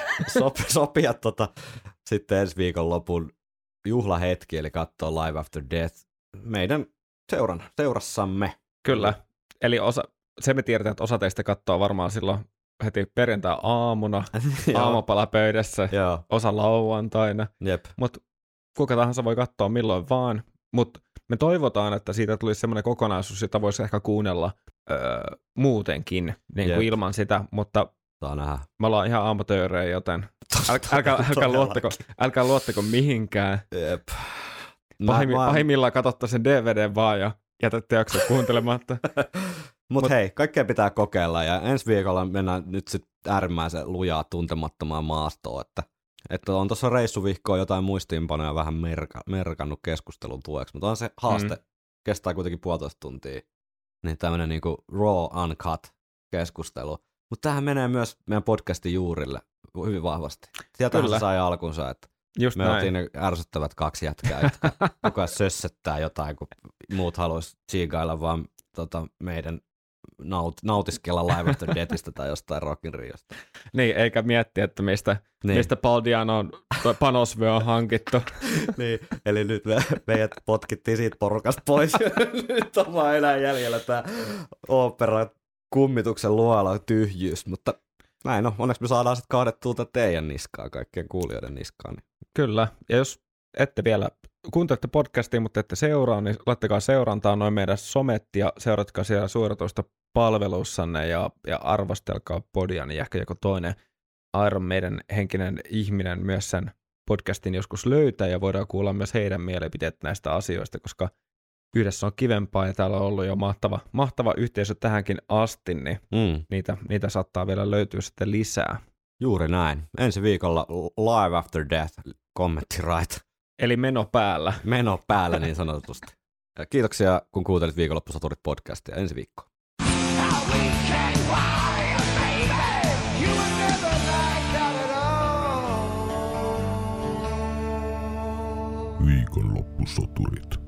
sopia sitten ensi viikon lopun juhlahetki, eli katsoa Live After Death meidän seurassamme. Kyllä, eli se me tiedetään, että osa teistä katsoo varmaan silloin heti perjantai-aamuna aamupalapöydässä, osa lauantaina, mutta kuka tahansa voi katsoa milloin vaan, mutta me toivotaan, että siitä tulisi semmoinen kokonaisuus, jota voisi ehkä kuunnella muutenkin niin kuin ilman sitä, mutta saa nähdä. Me ollaan ihan amatöörejä, joten älkää luottako mihinkään. Jep. Pahimmillaan katsotte sen DVD vaan ja jätätte jakso kuuntelematta. Mut hei, kaikkea pitää kokeilla ja ensi viikolla mennään nyt sitten äärimmäisen lujaa tuntemattomaan maastoon, että on tuossa reissuvihkoa jotain muistiinpanoja vähän merkannut keskustelun tueksi, mutta on se haaste, kestää kuitenkin 1,5 tuntia, niin tämmöinen niinku raw uncut keskustelu. Mutta tämähän menee myös meidän podcastin juurille hyvin vahvasti. Sieltä se sai alkunsa, että just me oltiin ne ärsyttävät 2 jätkää, jotka koko ajan sössöttää jotain, kun muut haluaisi tsiigailla vaan meidän nautiskella Live After Deathistä tai jostain Rock in Riosta. Niin, eikä miettiä, että mistä Paul Dianon panosvyö on hankittu. Niin, eli nyt meidät potkittiin siitä porukasta pois. Nyt on vaan enää jäljellä tämä Oopperan kummituksen luola tyhjyys, mutta näin on. Onneksi me saadaan sitten kaadettua teidän niskaa, kaikkien kuulijoiden niskaan. Kyllä, ja jos ette vielä kuuntelette podcastia, mutta ette seuraa, niin laittakaa seurantaa noin meidän somet ja seuratkaa siellä suoratoista palvelussanne ja arvostelkaa podia, niin ehkä joku toinen Iron Maiden henkinen ihminen myös sen podcastin joskus löytää ja voidaan kuulla myös heidän mielipiteet näistä asioista, koska yhdessä on kivempaa ja täällä on ollut jo mahtava yhteisö tähänkin asti, niin niitä saattaa vielä löytyä sitten lisää. Juuri näin. Ensi viikolla Live After Death kommenttiraita. Eli meno päällä. Meno päällä niin sanotusti. Ja kiitoksia, kun kuuntelit Viikonloppusoturit podcastia. Ensi viikkoon. Viikonloppusoturit.